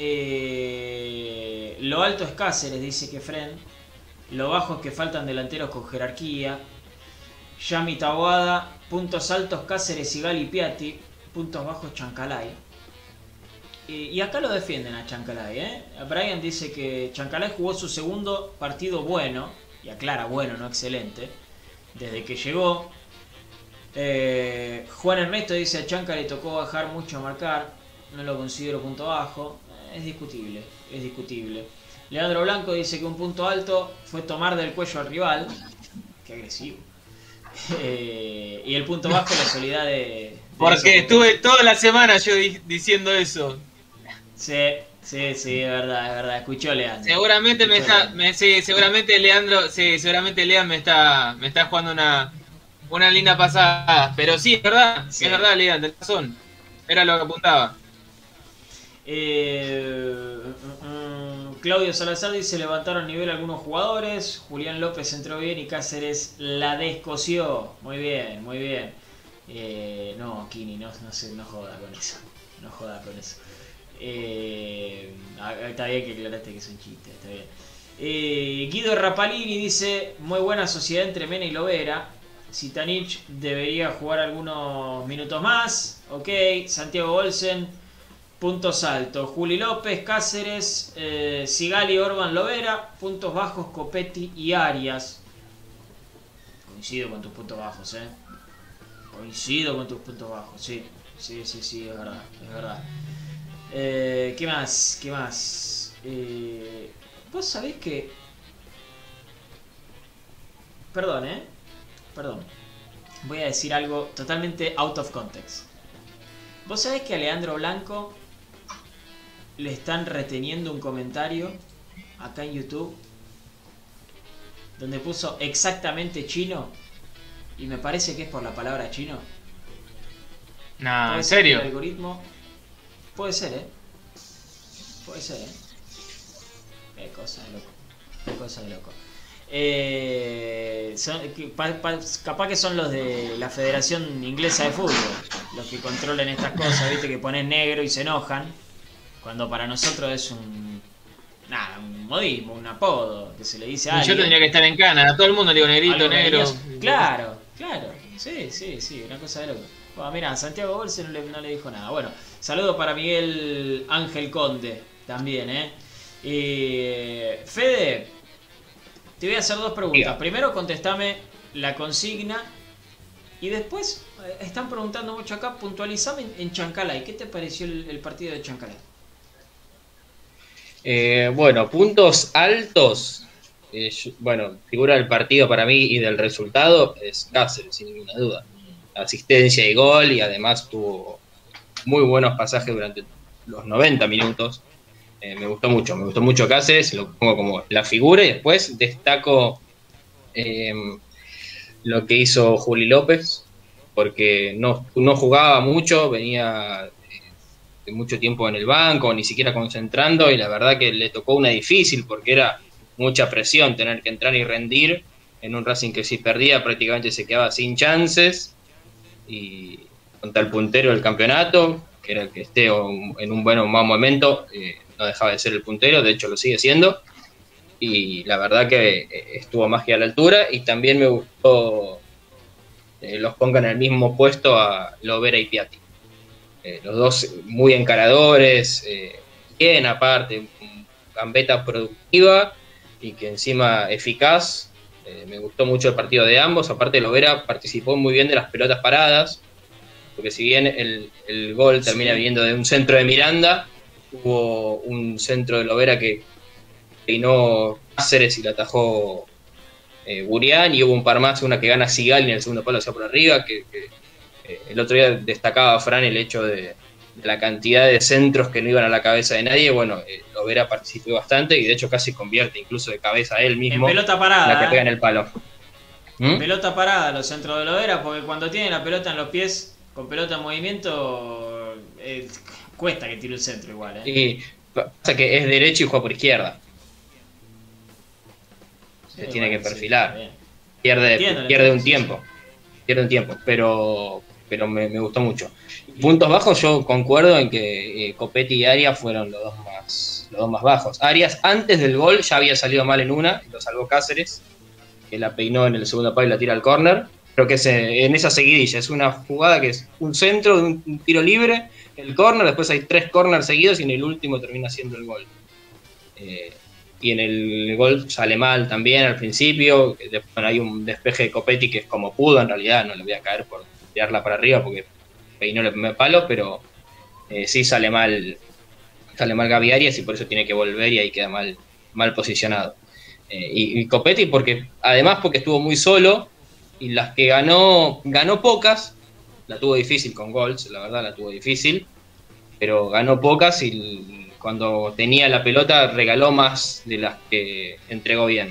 Eh, lo alto es Cáceres, dice que Fren. Lo bajo es que faltan delanteros con jerarquía. Yami Tawada, puntos altos Cáceres, Sigali y Piatti. Puntos bajos Chancalay. Eh, y acá lo defienden a Chancalay, ¿eh? Brian dice que Chancalay jugó su segundo partido bueno, y aclara bueno, no excelente, desde que llegó. Eh, Juan Ernesto dice a Chanca le tocó bajar mucho a marcar, no lo considero punto bajo. Eh, es discutible, es discutible. Leandro Blanco dice que un punto alto fue tomar del cuello al rival. Qué agresivo. Eh, y el punto bajo la soledad de... de Porque estuve toda la semana yo di diciendo eso. Sí, sí, sí, es verdad, es verdad. Escuchó Leandro. Seguramente Escuchó me está, Leandro. me, sí, seguramente Leandro, sí, seguramente Lean me está, me está jugando una, una linda pasada. Pero sí, es verdad, sí. Es verdad, Lean, tenés razón. Era lo que apuntaba. Eh, um, Claudio Salazar dice levantaron nivel algunos jugadores. Julián López entró bien y Cáceres la descoció. Muy bien, muy bien. Eh, no, Kini, no, no, se, no joda con eso. No joda con eso. Eh, está bien que aclaraste que es un chiste, está bien. Eh, Guido Rapalini dice muy buena sociedad entre Mena y Lovera. Zitanich debería jugar algunos minutos más. Ok. Santiago Olsen, puntos altos. Juli López, Cáceres, eh, Sigali, Orban, Lovera. Puntos bajos, Copetti y Arias. Coincido con tus puntos bajos, eh. Coincido con tus puntos bajos, sí. Sí, sí, sí, es verdad, es verdad. Eh, ¿Qué más? ¿Qué más? Eh, Vos sabés que... Perdón, ¿eh? Perdón. Voy a decir algo totalmente out of context. ¿Vos sabés que a Leandro Blanco le están reteniendo un comentario acá en YouTube donde puso exactamente chino? Y me parece que es por la palabra chino. No, ¿en serio? El algoritmo... Puede ser, ¿eh? Puede ser, ¿eh? Qué cosa de loco. Qué cosa de loco. Eh, son, pa, pa, capaz que son los de la Federación Inglesa de Fútbol los que controlan estas cosas, viste, que ponen negro y se enojan. Cuando para nosotros es un... Nada, un modismo, un apodo que se le dice a alguien. Yo tendría que estar en Cana, a todo el mundo le digo negrito, negro. Claro, claro. Sí, sí, sí, una cosa de loco. Bueno, mira, Santiago Bolse no le, no le dijo nada. Bueno, saludo para Miguel Ángel Conde también, ¿eh? eh Fede, te voy a hacer dos preguntas. Sí. Primero, contestame la consigna. Y después, están preguntando mucho acá, puntualizame en, en Chancalay. ¿Qué te pareció el, el partido de Chancalay? Eh, bueno, puntos altos. Eh, bueno, figura del partido para mí y del resultado es Cáceres, sin ninguna duda. Asistencia y gol, y además tuvo muy buenos pasajes durante los noventa minutos. Eh, me gustó mucho, me gustó mucho Cáceres, lo pongo como la figura, y después destaco eh, lo que hizo Juli López, porque no, no jugaba mucho, venía de mucho tiempo en el banco, ni siquiera concentrando, y la verdad que le tocó una difícil, porque era mucha presión tener que entrar y rendir en un Racing que si perdía prácticamente se quedaba sin chances, y contra el puntero del campeonato, que era el que esté en un buen o mal momento, eh, no dejaba de ser el puntero, de hecho lo sigue siendo, y la verdad que estuvo más que a la altura, y también me gustó eh, los pongan en el mismo puesto a Lovera y Piatti. Eh, los dos muy encaradores, eh, bien aparte, gambeta productiva y que encima eficaz. Eh, me gustó mucho el partido de ambos. Aparte, Lovera participó muy bien de las pelotas paradas, porque si bien el, el gol termina sí. viniendo de un centro de Miranda, hubo un centro de Lovera que peinó Cáceres y la atajó eh, Burián, y hubo un par más, una que gana Sigali en el segundo palo hacia por arriba, que, que eh, el otro día destacaba Fran el hecho de, de la cantidad de centros que no iban a la cabeza de nadie. Bueno, eh, Lovera participó bastante y de hecho casi convierte incluso de cabeza a él mismo. En pelota parada. La que pega en el palo. ¿Mm? Pelota parada los centros de Lovera, porque cuando tiene la pelota en los pies, con pelota en movimiento, eh, cuesta que tire un centro igual. ¿eh? Y pasa que es derecho y juega por izquierda. Se sí, tiene bueno, que perfilar. Sí, pierde entiendo, pierde un tiempo. Pierde un tiempo, pero, pero me, me gustó mucho. Puntos bajos, yo concuerdo en que eh, Copetti y Arias fueron los dos más los dos más bajos. Arias antes del gol ya había salido mal en una, y lo salvó Cáceres, que la peinó en el segundo palo y la tira al córner. Creo que es en esa seguidilla, es una jugada que es un centro, un, un tiro libre, el córner, después hay tres córners seguidos y en el último termina siendo el gol. Eh, y en el gol sale mal también al principio. Después, bueno, hay un despeje de Copetti que es como pudo, en realidad no le voy a caer por tirarla para arriba porque peinó el primer palo, pero eh, sí sale mal sale mal Gaby Arias y por eso tiene que volver y ahí queda mal, mal posicionado. Eh, y, y Copetti porque además porque estuvo muy solo y las que ganó, ganó pocas, la tuvo difícil con gols, la verdad la tuvo difícil, pero ganó pocas y cuando tenía la pelota regaló más de las que entregó bien.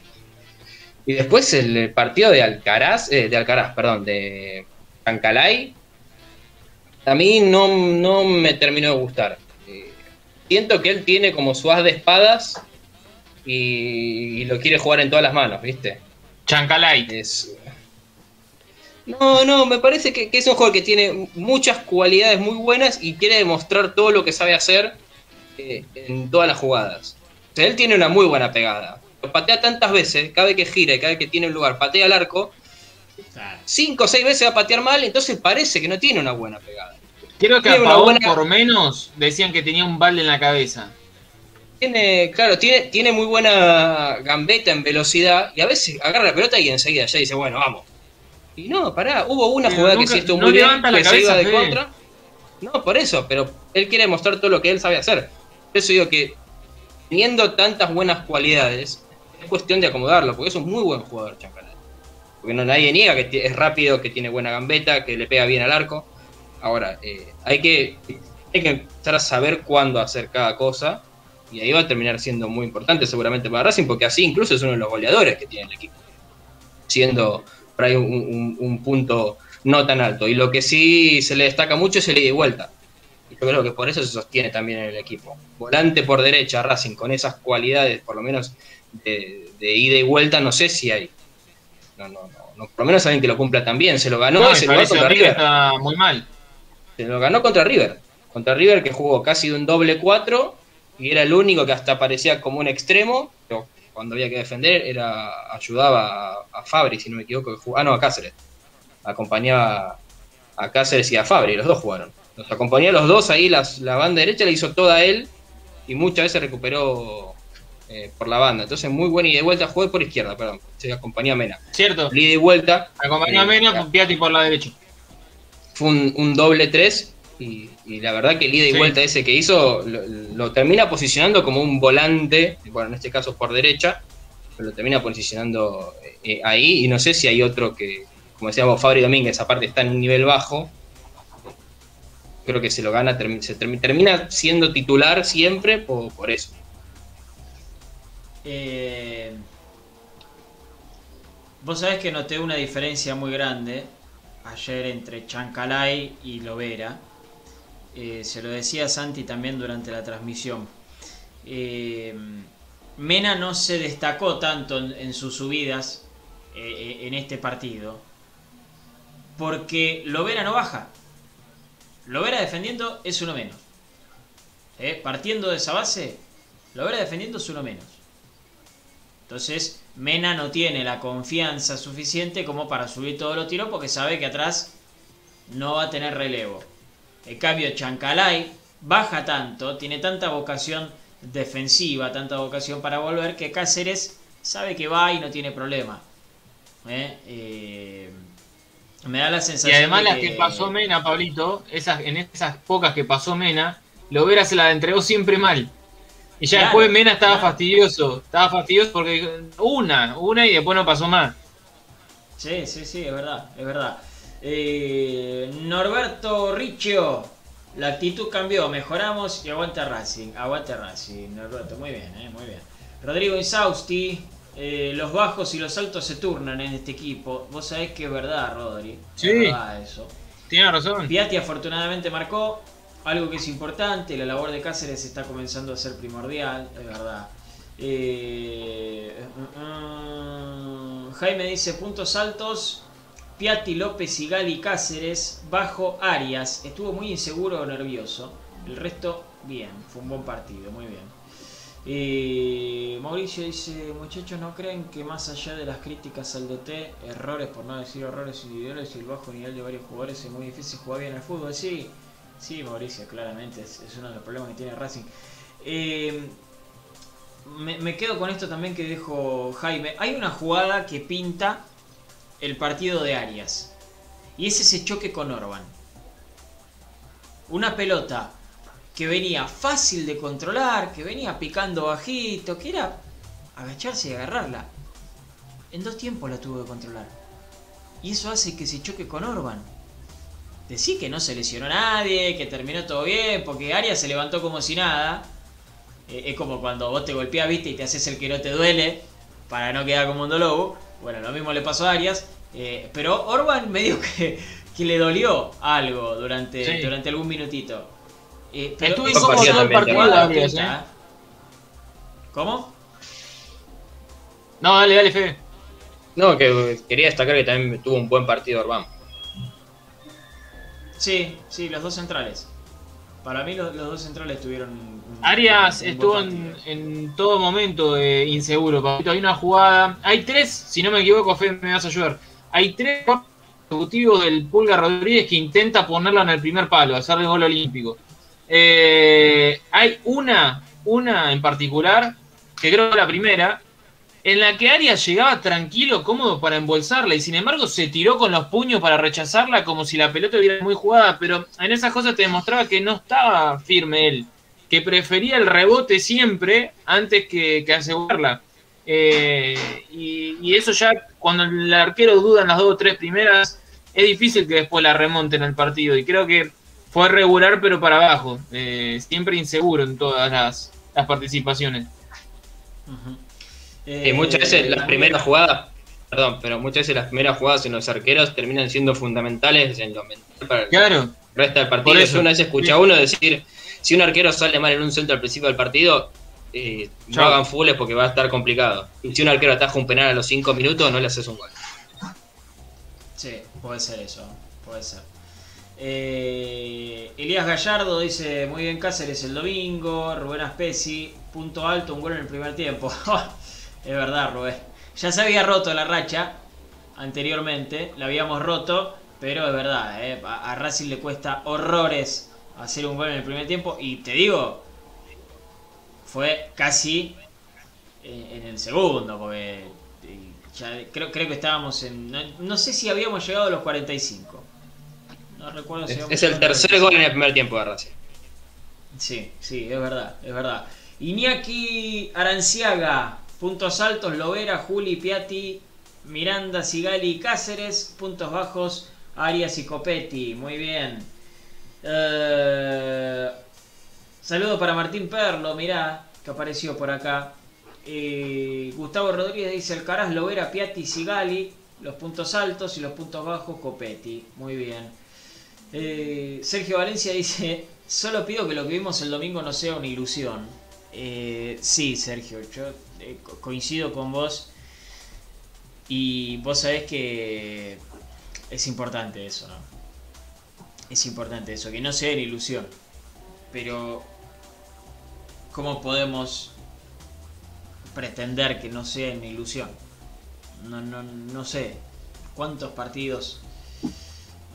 Y después el partido de Alcaraz, eh, de Alcaraz, perdón, de Chancalay, a mí no, no me terminó de gustar. Eh, siento que él tiene como su as de espadas y, y lo quiere jugar en todas las manos, ¿viste? Chancalay. Es... No, no, me parece que, que es un jugador que tiene muchas cualidades muy buenas y quiere demostrar todo lo que sabe hacer eh, en todas las jugadas. O sea, él tiene una muy buena pegada. Lo patea tantas veces, cada vez que gira y cada vez que tiene un lugar, patea al arco. Cinco o seis veces va a patear mal, entonces parece que no tiene una buena pegada. Creo que a Pavón, buena... por menos, decían que tenía un balde en la cabeza. Tiene, claro, tiene, tiene muy buena gambeta en velocidad y a veces agarra la pelota y enseguida ya dice, bueno, vamos. Y no, pará, hubo una pero jugada nunca, que sí estuvo no muy bien, que se iba de fe. Contra. No, por eso, pero él quiere mostrar todo lo que él sabe hacer. Por eso digo que teniendo tantas buenas cualidades, es cuestión de acomodarlo, porque es un muy buen jugador, Chancalay. Porque no, nadie niega que es rápido, que tiene buena gambeta, que le pega bien al arco. Ahora, eh, hay, que, hay que empezar a saber cuándo hacer cada cosa, y ahí va a terminar siendo muy importante seguramente para Racing, porque así incluso es uno de los goleadores que tiene el equipo, siendo por ahí un, un, un punto no tan alto. Y lo que sí se le destaca mucho es el ida y vuelta. Y yo creo que por eso se sostiene también en el equipo. Volante por derecha, Racing, con esas cualidades, por lo menos de, de ida y vuelta, no sé si hay. No, no, no, no, por lo menos alguien que lo cumpla también. Se lo ganó, no, se lo ganó contra River. Está muy mal. Se lo ganó contra River. Contra River, que jugó casi de un doble cuatro y era el único que hasta parecía como un extremo, pero cuando había que defender era ayudaba a, a Fabri, si no me equivoco. Que jugó, ah, no, a Cáceres. Acompañaba a Cáceres y a Fabri, los dos jugaron. Los acompañó a los dos ahí, las, la banda derecha la hizo toda él y muchas veces recuperó eh, por la banda. Entonces, muy buena ida y vuelta. Jugué por izquierda, perdón. Se acompañó a Mena. Cierto. Ida y vuelta. Acompañó a Mena con Piatti por la derecha. Fue un, un doble tres y, y la verdad que el ida y sí. vuelta ese que hizo lo, lo termina posicionando como un volante, bueno, en este caso por derecha, pero lo termina posicionando eh, ahí y no sé si hay otro que, como decíamos, Fabri Domínguez, aparte está en un nivel bajo, creo que se lo gana, term, se term, termina siendo titular siempre por, por eso. Eh, vos sabés que noté una diferencia muy grande ayer entre Chancalay y Lovera. Eh, se lo decía a Santi también durante la transmisión. Eh, Mena no se destacó tanto en, en sus subidas eh, en este partido porque Lovera no baja. Lovera defendiendo es uno menos. Eh, partiendo de esa base, Lovera defendiendo es uno menos. Entonces Mena no tiene la confianza suficiente como para subir todos los tiros porque sabe que atrás no va a tener relevo. En cambio Chancalay baja tanto, tiene tanta vocación defensiva, tanta vocación para volver, que Cáceres sabe que va y no tiene problema. ¿Eh? Eh, me da la sensación y además de las que... que pasó Mena, Pablito, esas, en esas pocas que pasó Mena, Lovera se la entregó siempre mal. Y ya Claro, después Mena estaba claro. fastidioso, estaba fastidioso porque una, una y después no pasó más. Sí, sí, sí, es verdad, es verdad. Eh, Norberto Riccio, la actitud cambió, mejoramos y aguanta Racing, aguanta Racing, Norberto, muy bien, eh, muy bien. Rodrigo Insausti, eh, los bajos y los altos se turnan en este equipo. Vos sabés que es verdad, Rodri, Sí. es verdad eso. Tiene razón. Piatti afortunadamente marcó, algo que es importante, la labor de Cáceres está comenzando a ser primordial, es verdad. Eh, uh, uh, Jaime dice puntos altos, Piatti, López, Sigali, Cáceres, bajo Arias. Estuvo muy inseguro o nervioso. El resto, bien, fue un buen partido, muy bien. Eh, Mauricio dice, muchachos, ¿no creen que más allá de las críticas al D T, errores, por no decir errores individuales y el bajo nivel de varios jugadores, es muy difícil jugar bien al fútbol? Sí, sí, Mauricio, claramente es, es uno de los problemas que tiene Racing. Eh, me, me quedo con esto también que dijo Jaime. Hay una jugada que pinta el partido de Arias y es ese choque con Orban. Una pelota que venía fácil de controlar, que venía picando bajito, que era agacharse y agarrarla. En dos tiempos la tuvo que controlar. Y eso hace que se choque con Orban. Decí que no se lesionó nadie, que terminó todo bien, porque Arias se levantó como si nada. Eh, es como cuando vos te golpeás, viste, y te haces el que no te duele, para no quedar como un lobo. Bueno, lo mismo le pasó a Arias. Eh, pero Orban medio que, que le dolió algo durante, Sí. durante algún minutito. Eh, pero Estuvo es- incómodo todo el esa partido, jugada Arias, pinta, ¿eh? ¿eh? ¿Cómo? No, dale, dale, Fede. No, que quería destacar que también tuvo un buen partido Orbán. Sí, sí, los dos centrales. Para mí los, los dos centrales tuvieron... un- Arias un buen estuvo en, partido. en todo momento eh, inseguro, Pablito. Hay una jugada, hay tres, si no me equivoco, Fede, me vas a ayudar. Hay tres consecutivos del Pulga Rodríguez que intenta ponerla en el primer palo, hacerle gol olímpico. Eh, hay una, una en particular, que creo que es la primera, en la que Arias llegaba tranquilo, cómodo para embolsarla, y sin embargo se tiró con los puños para rechazarla como si la pelota estuviera muy jugada, pero en esas cosas te demostraba que no estaba firme él, que prefería el rebote siempre antes que, que asegurarla. Eh, y, y eso ya, cuando el arquero duda en las dos o tres primeras, es difícil que después la remonte en el partido, y creo que fue regular pero para abajo, eh, siempre inseguro en todas las, las participaciones. Ujú. Y muchas veces Eh, las primeras jugadas, perdón, pero muchas veces las primeras jugadas en los arqueros terminan siendo fundamentales en lo mental para el Claro. resto del partido. Por eso. Yo una vez escuché a uno decir, si un arquero sale mal en un centro al principio del partido, eh, no Chao. hagan fules porque va a estar complicado. Y si un arquero ataja un penal a los cinco minutos, no le haces un gol. Sí, puede ser eso, puede ser. Eh, Elías Gallardo dice, muy bien Cáceres el domingo. Rubén Aspesi, punto alto, un gol en el primer tiempo. Es verdad, Rubén. Ya se había roto la racha anteriormente, la habíamos roto, pero es verdad, eh, a, a Racing le cuesta horrores hacer un gol en el primer tiempo. Y te digo, fue casi en, en el segundo, porque eh, ya creo, creo que estábamos en... No, no sé si habíamos llegado a los cuarenta y cinco. No recuerdo si Es, habíamos es el llegado a los tercer gol en el primer tiempo de Racing. Sí, sí, es verdad, es verdad. Iñaki Aranciaga, puntos altos, Lovera, Juli, Piatti, Miranda, Sigali, Cáceres, puntos bajos, Arias y Copetti, muy bien. Eh, saludo para Martín Perlo, mirá, que apareció por acá. Eh, Gustavo Rodríguez dice, Alcaraz, Lovera, Piatti, Sigali, los puntos altos y los puntos bajos, Copetti, muy bien. Eh, Sergio Valencia dice, solo pido que lo que vimos el domingo no sea una ilusión. Eh, sí, Sergio, yo eh, co- coincido con vos. Y vos sabés que es importante eso, ¿no? Es importante eso, que no sea una ilusión. Pero, ¿cómo podemos pretender que no sea una ilusión? No, no, no sé. ¿Cuántos partidos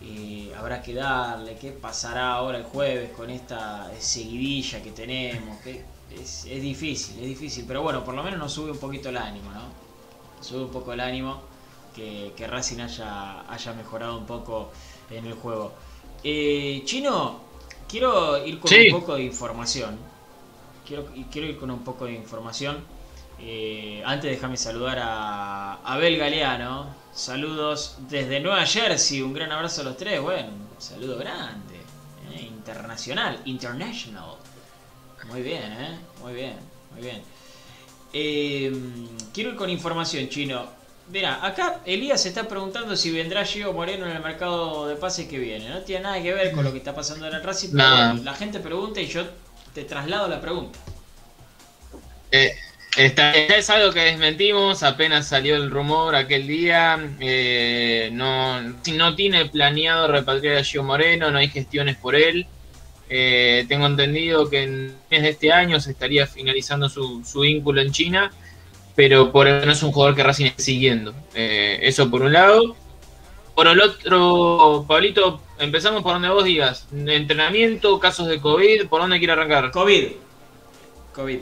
eh, habrá que darle, qué pasará ahora el jueves con esta seguidilla que tenemos, que es, es difícil, es difícil, pero bueno, por lo menos nos sube un poquito el ánimo, ¿no? Sube un poco el ánimo que, que Racing haya, haya mejorado un poco en el juego. Eh, Chino, quiero ir con Sí. un poco de información. Quiero, quiero ir con un poco de información. Eh, antes déjame saludar a Abel Galeano. Saludos desde Nueva Jersey. Un gran abrazo a los tres. Bueno, un saludo grande. Eh, internacional. International. Muy bien, ¿eh? Muy bien, muy bien. Eh, quiero ir con información, Chino. Mira, acá Elías se está preguntando si vendrá Gio Moreno en el mercado de pases que viene. No tiene nada que ver con lo que está pasando en el Racing, pero Nah. bueno, la gente pregunta y yo te traslado la pregunta. Eh, esta, esta es algo que desmentimos, apenas salió el rumor aquel día. Eh, no, no tiene planeado repatriar a Gio Moreno, no hay gestiones por él. Eh, tengo entendido que en mes de este año se estaría finalizando su, su vínculo en China, pero por eso no es un jugador que Racing esté siguiendo. Eh, eso por un lado. Por el otro, Pablito, empezamos por donde vos digas. Entrenamiento, casos de COVID, ¿por dónde quiere arrancar? COVID. COVID.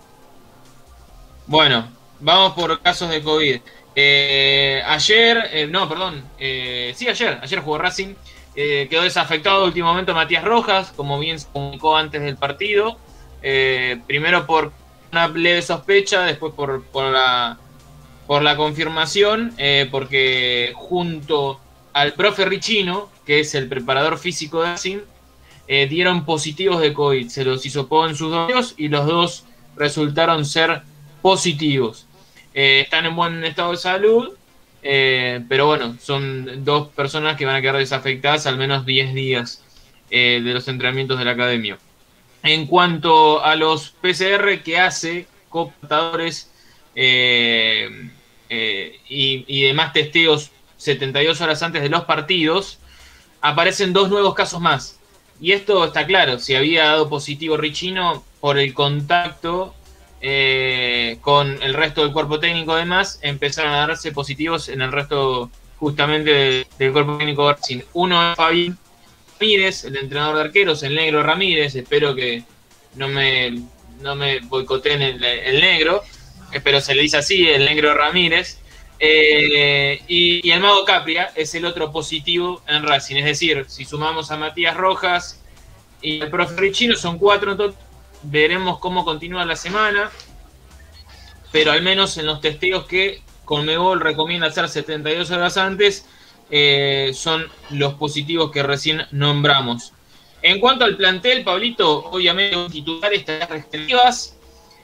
Bueno, vamos por casos de COVID. Eh, ayer, eh, no, perdón, eh, sí, ayer, ayer jugó Racing. Eh, quedó desafectado de último momento Matías Rojas, como bien se comunicó antes del partido. Eh, primero por una leve sospecha, después por, por, la, por la confirmación, eh, porque junto al profe Richino, que es el preparador físico de Racing, eh, dieron positivos de COVID. Se los hisopó en sus dos dedos y los dos resultaron ser positivos. Eh, están en buen estado de salud, eh, pero bueno, son dos personas que van a quedar desafectadas al menos diez días eh, de los entrenamientos de la academia. En cuanto a los P C R que hace computadores eh, eh, y, y demás testeos setenta y dos horas antes de los partidos, aparecen dos nuevos casos más. Y esto está claro, si había dado positivo Richino por el contacto eh, con el resto del cuerpo técnico, además, empezaron a darse positivos en el resto justamente de, del cuerpo técnico de Racing. Uno es Fabián Ramírez, el entrenador de arqueros, el negro Ramírez, espero que no me, no me boicoteen el, el negro, pero se le dice así, el negro Ramírez. Eh, y, y el Mago Capria es el otro positivo en Racing, es decir, si sumamos a Matías Rojas y el profe Richino son cuatro en total. Veremos cómo continúa la semana, pero al menos en los testeos que Conmebol recomienda hacer setenta y dos horas antes, eh, son los positivos que recién nombramos. En cuanto al plantel, Pablito, obviamente un titular estas restrictivas,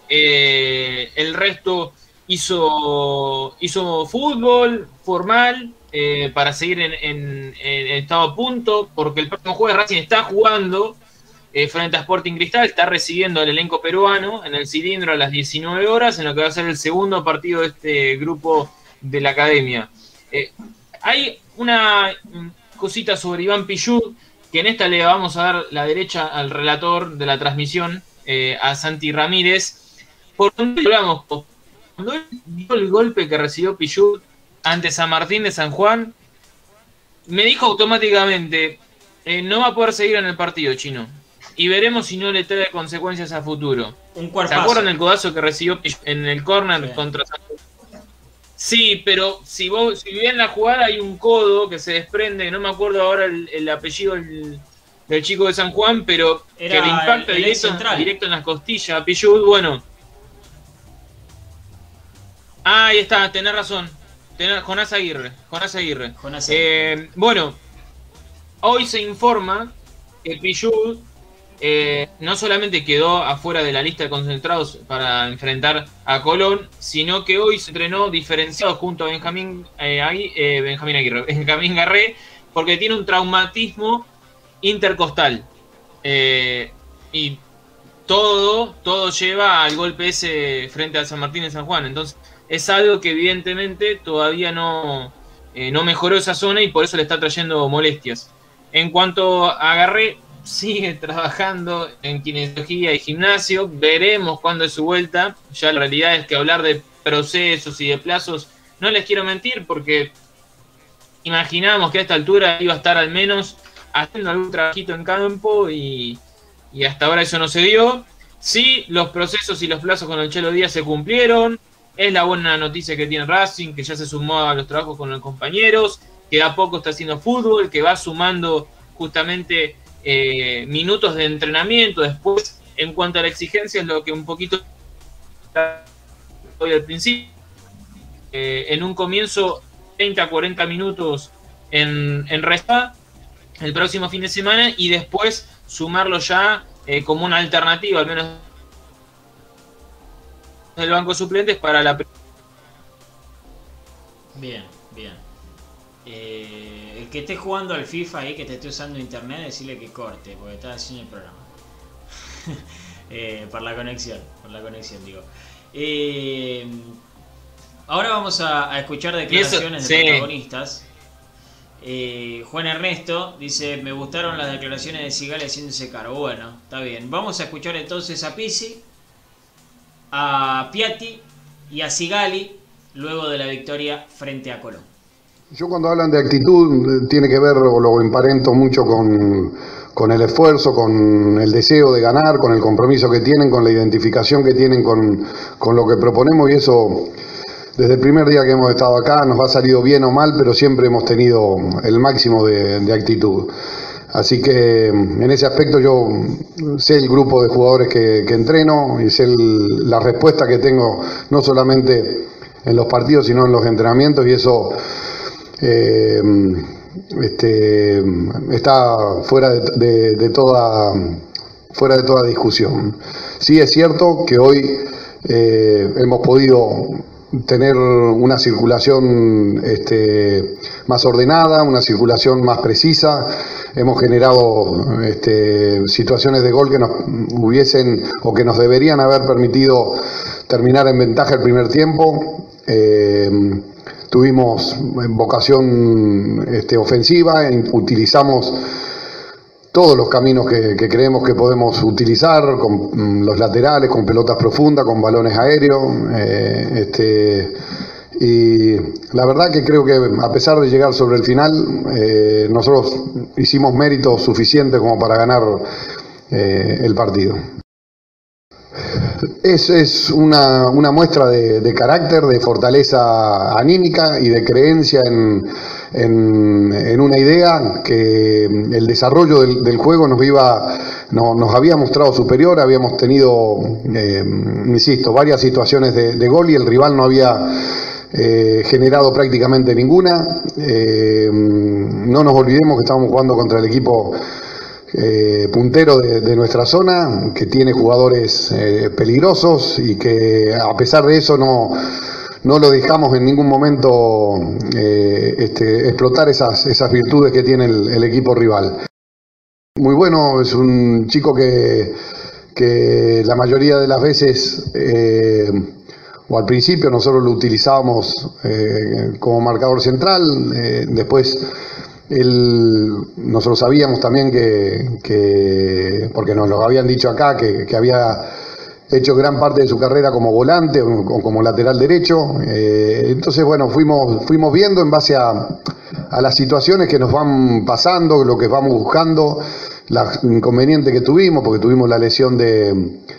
eh, el resto hizo, hizo fútbol formal eh, para seguir en, en, en estado a punto, porque el próximo jueves Racing está jugando eh, frente a Sporting Cristal, está recibiendo al elenco peruano en el cilindro a las diecinueve horas, en lo que va a ser el segundo partido de este grupo de la academia. Eh, hay una cosita sobre Iván Pichud, que en esta le vamos a dar la derecha al relator de la transmisión, eh, a Santi Ramírez. ¿Por dónde hablamos? Cuando él dio el golpe que recibió Pichud ante San Martín de San Juan, me dijo automáticamente, eh, no va a poder seguir en el partido, Chino. Y veremos si no le trae consecuencias a futuro. Un ¿Se cuerpazo. acuerdan del codazo que recibió en el córner Sí. contra San Juan? Sí, pero si vos, si bien la jugada hay un codo que se desprende, no me acuerdo ahora el, el apellido del, del chico de San Juan, pero Era que le impacta el- el ex directo, central. directo en las costillas a Pichud, bueno. Ah, ahí está, tenés razón. Tenés, Jonás Aguirre, Jonás Aguirre. Jonás Aguirre. Eh, bueno, hoy se informa que Pichud eh, no solamente quedó afuera de la lista de concentrados para enfrentar a Colón, sino que hoy se entrenó diferenciado junto a Benjamín, eh, Agui- eh, Benjamín Aguirre, Benjamín Garré, porque tiene un traumatismo intercostal. Eh, y todo, todo lleva al golpe ese frente a San Martín de San Juan. Entonces, es algo que evidentemente todavía no, eh, no mejoró esa zona y por eso le está trayendo molestias. En cuanto a Garré, sigue trabajando en kinesiología y gimnasio. Veremos cuándo es su vuelta. Ya la realidad es que hablar de procesos y de plazos no les quiero mentir porque imaginábamos que a esta altura iba a estar al menos haciendo algún trabajito en campo y, y hasta ahora eso no se dio. Sí, los procesos y los plazos con el Chelo Díaz se cumplieron. Es la buena noticia que tiene Racing, que ya se sumó a los trabajos con los compañeros, que de a poco está haciendo fútbol, que va sumando justamente eh, minutos de entrenamiento. Después, en cuanto a la exigencia, es lo que un poquito hoy al principio. Eh, en un comienzo, treinta a cuarenta minutos en, en Resta el próximo fin de semana y después sumarlo ya eh, como una alternativa, al menos del banco de suplentes para la... Bien, bien. Eh, el que esté jugando al FIFA ahí, que te esté usando internet, decirle que corte, porque está haciendo el programa. eh, por la conexión, por la conexión, digo. Eh, ahora vamos a, a escuchar declaraciones eso, de sí. protagonistas. Eh, Juan Ernesto dice: me gustaron las declaraciones de Sigali haciéndose cargo. Bueno, está bien. Vamos a escuchar entonces a Pizzi, a Piatti y a Sigali luego de la victoria frente a Colón. Yo cuando hablan de actitud tiene que ver, o lo emparento mucho con, con el esfuerzo, con el deseo de ganar, con el compromiso que tienen, con la identificación que tienen con, con lo que proponemos, y eso desde el primer día que hemos estado acá nos ha salido bien o mal, pero siempre hemos tenido el máximo de, de actitud. Así que en ese aspecto yo sé el grupo de jugadores que, que entreno y sé el, la respuesta que tengo no solamente en los partidos sino en los entrenamientos, y eso eh, este, está fuera de, de, de toda fuera de toda discusión. Sí es cierto que hoy eh, hemos podido tener una circulación este, más ordenada, una circulación más precisa. Hemos generado este, situaciones de gol que nos hubiesen o que nos deberían haber permitido terminar en ventaja el primer tiempo. Eh, tuvimos vocación este, ofensiva, utilizamos todos los caminos que, que creemos que podemos utilizar, con los laterales, con pelotas profundas, con balones aéreos. Eh, este, y la verdad que creo que a pesar de llegar sobre el final, eh, nosotros hicimos méritos suficientes como para ganar eh, el partido. Es, es una, una muestra de, de carácter, de fortaleza anímica y de creencia en, en, en una idea que el desarrollo del, del juego nos iba, no, nos había mostrado superior. Habíamos tenido, eh, insisto, varias situaciones de, de gol y el rival no había eh, generado prácticamente ninguna. Eh, no nos olvidemos que estábamos jugando contra el equipo Eh, puntero de, de nuestra zona, que tiene jugadores eh, peligrosos y que a pesar de eso no, no lo dejamos en ningún momento eh, este, explotar esas, esas virtudes que tiene el, el equipo rival. Muy bueno, es un chico que, que la mayoría de las veces eh, o al principio nosotros lo utilizábamos eh, como marcador central, eh, después Él, nosotros sabíamos también que, que, porque nos lo habían dicho acá, que, que había hecho gran parte de su carrera como volante o como lateral derecho. Eh, entonces, bueno, fuimos, fuimos viendo en base a, a las situaciones que nos van pasando, lo que vamos buscando, los inconvenientes que tuvimos, porque tuvimos la lesión de,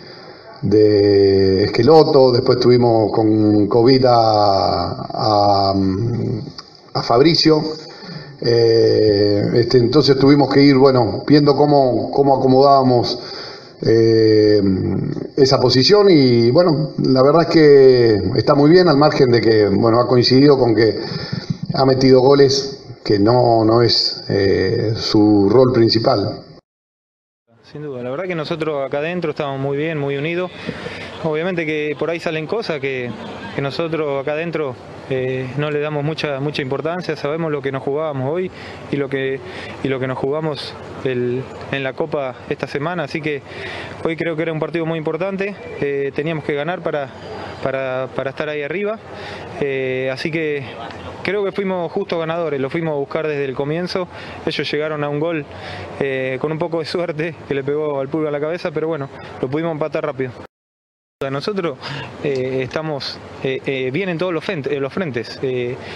de Esqueloto, después tuvimos con COVID a, a, a Fabricio. Eh, este, entonces tuvimos que ir, bueno, viendo cómo, cómo acomodábamos eh, esa posición y bueno, la verdad es que está muy bien, al margen de que, bueno, ha coincidido con que ha metido goles que no, no es eh, su rol principal. Sin duda, la verdad que nosotros acá adentro estamos muy bien, muy unidos. Obviamente que por ahí salen cosas que, que nosotros acá adentro eh, no le damos mucha mucha importancia. Sabemos lo que nos jugábamos hoy y lo que y lo que nos jugamos el, en la Copa esta semana, así que hoy creo que era un partido muy importante. Eh, teníamos que ganar para, para, para estar ahí arriba, eh, así que creo que fuimos justos ganadores, lo fuimos a buscar desde el comienzo. Ellos llegaron a un gol eh, con un poco de suerte que le pegó al Pulga a la cabeza, pero bueno, lo pudimos empatar rápido. Nosotros eh, estamos eh, eh, bien en todos los frentes, los frentes. Eh,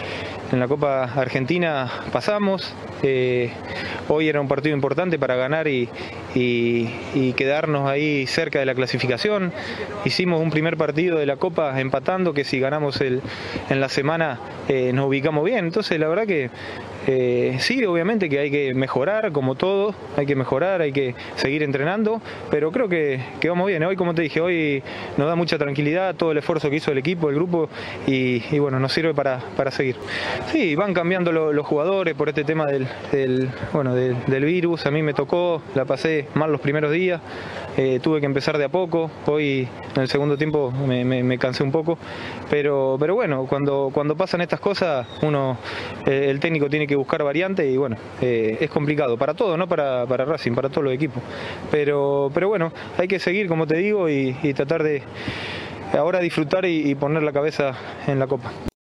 en la Copa Argentina pasamos, eh, hoy era un partido importante para ganar y, y, y quedarnos ahí cerca de la clasificación. Hicimos un primer partido de la Copa empatando, que si ganamos el, en la semana eh, nos ubicamos bien. Entonces la verdad que Eh, sí, obviamente que hay que mejorar, como todo, hay que mejorar, hay que seguir entrenando, pero creo que, que vamos bien. Hoy, como te dije, hoy nos da mucha tranquilidad todo el esfuerzo que hizo el equipo, el grupo, y, y bueno, nos sirve para, para seguir. Sí, van cambiando lo, los jugadores por este tema del, del, bueno, del, del virus. A mí me tocó, la pasé mal los primeros días, eh, tuve que empezar de a poco. Hoy, en el segundo tiempo, me, me, me cansé un poco, pero, pero bueno, cuando, cuando pasan estas cosas, uno, eh, el técnico tiene que buscar variantes y bueno, eh, es complicado para todo, no para, para Racing, para todos los equipos, pero, pero bueno, hay que seguir, como te digo, y, y tratar de ahora disfrutar y, y poner la cabeza en la Copa.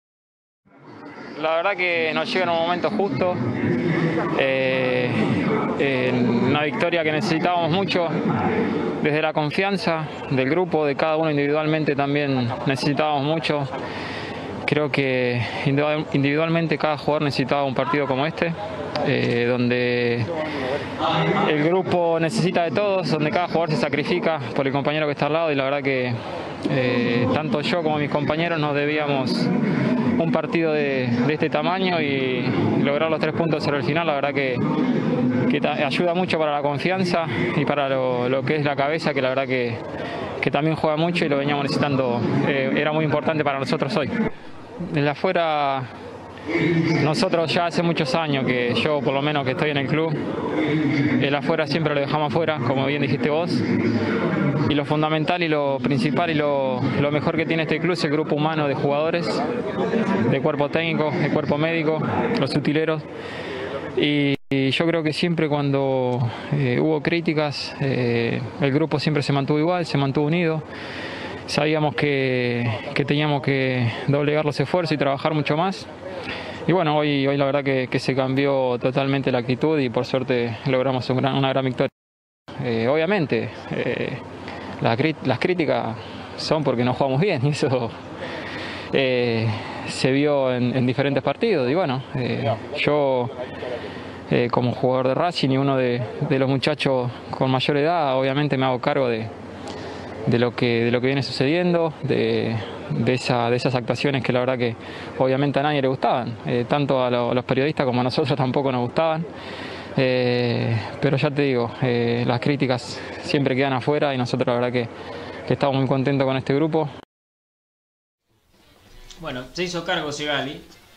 La verdad que nos llega en un momento justo, eh, en una victoria que necesitábamos mucho, desde la confianza del grupo, de cada uno individualmente también necesitábamos mucho. Creo que individualmente cada jugador necesitaba un partido como este, eh, donde el grupo necesita de todos, donde cada jugador se sacrifica por el compañero que está al lado, y la verdad que eh, tanto yo como mis compañeros nos debíamos un partido de, de este tamaño, y lograr los tres puntos sobre el final, la verdad que, que ayuda mucho para la confianza y para lo, lo que es la cabeza, que la verdad que, que también juega mucho y lo veníamos necesitando, eh, era muy importante para nosotros hoy. Desde afuera, nosotros ya hace muchos años que yo, por lo menos que estoy en el club, el afuera siempre lo dejamos afuera, como bien dijiste vos, y lo fundamental y lo principal y lo, lo mejor que tiene este club es el grupo humano de jugadores, de cuerpo técnico, de cuerpo médico, los utileros, y, y yo creo que siempre cuando eh, hubo críticas, eh, el grupo siempre se mantuvo igual, se mantuvo unido. Sabíamos que, que teníamos que doblegar los esfuerzos y trabajar mucho más. Y bueno, hoy, hoy la verdad que, que se cambió totalmente la actitud y por suerte logramos un gran, una gran victoria. Eh, obviamente, eh, la, las críticas son porque no jugamos bien y eso eh, se vio en, en diferentes partidos. Y bueno, eh, yo eh, como jugador de Racing y uno de, de los muchachos con mayor edad, obviamente me hago cargo de de lo que de lo que viene sucediendo, de, de, esa, de esas actuaciones que la verdad que obviamente a nadie le gustaban, eh, tanto a, lo, a los periodistas como a nosotros tampoco nos gustaban, eh, pero ya te digo, eh, las críticas siempre quedan afuera y nosotros la verdad que, que estamos muy contentos con este grupo. Bueno, se hizo cargo Sigali,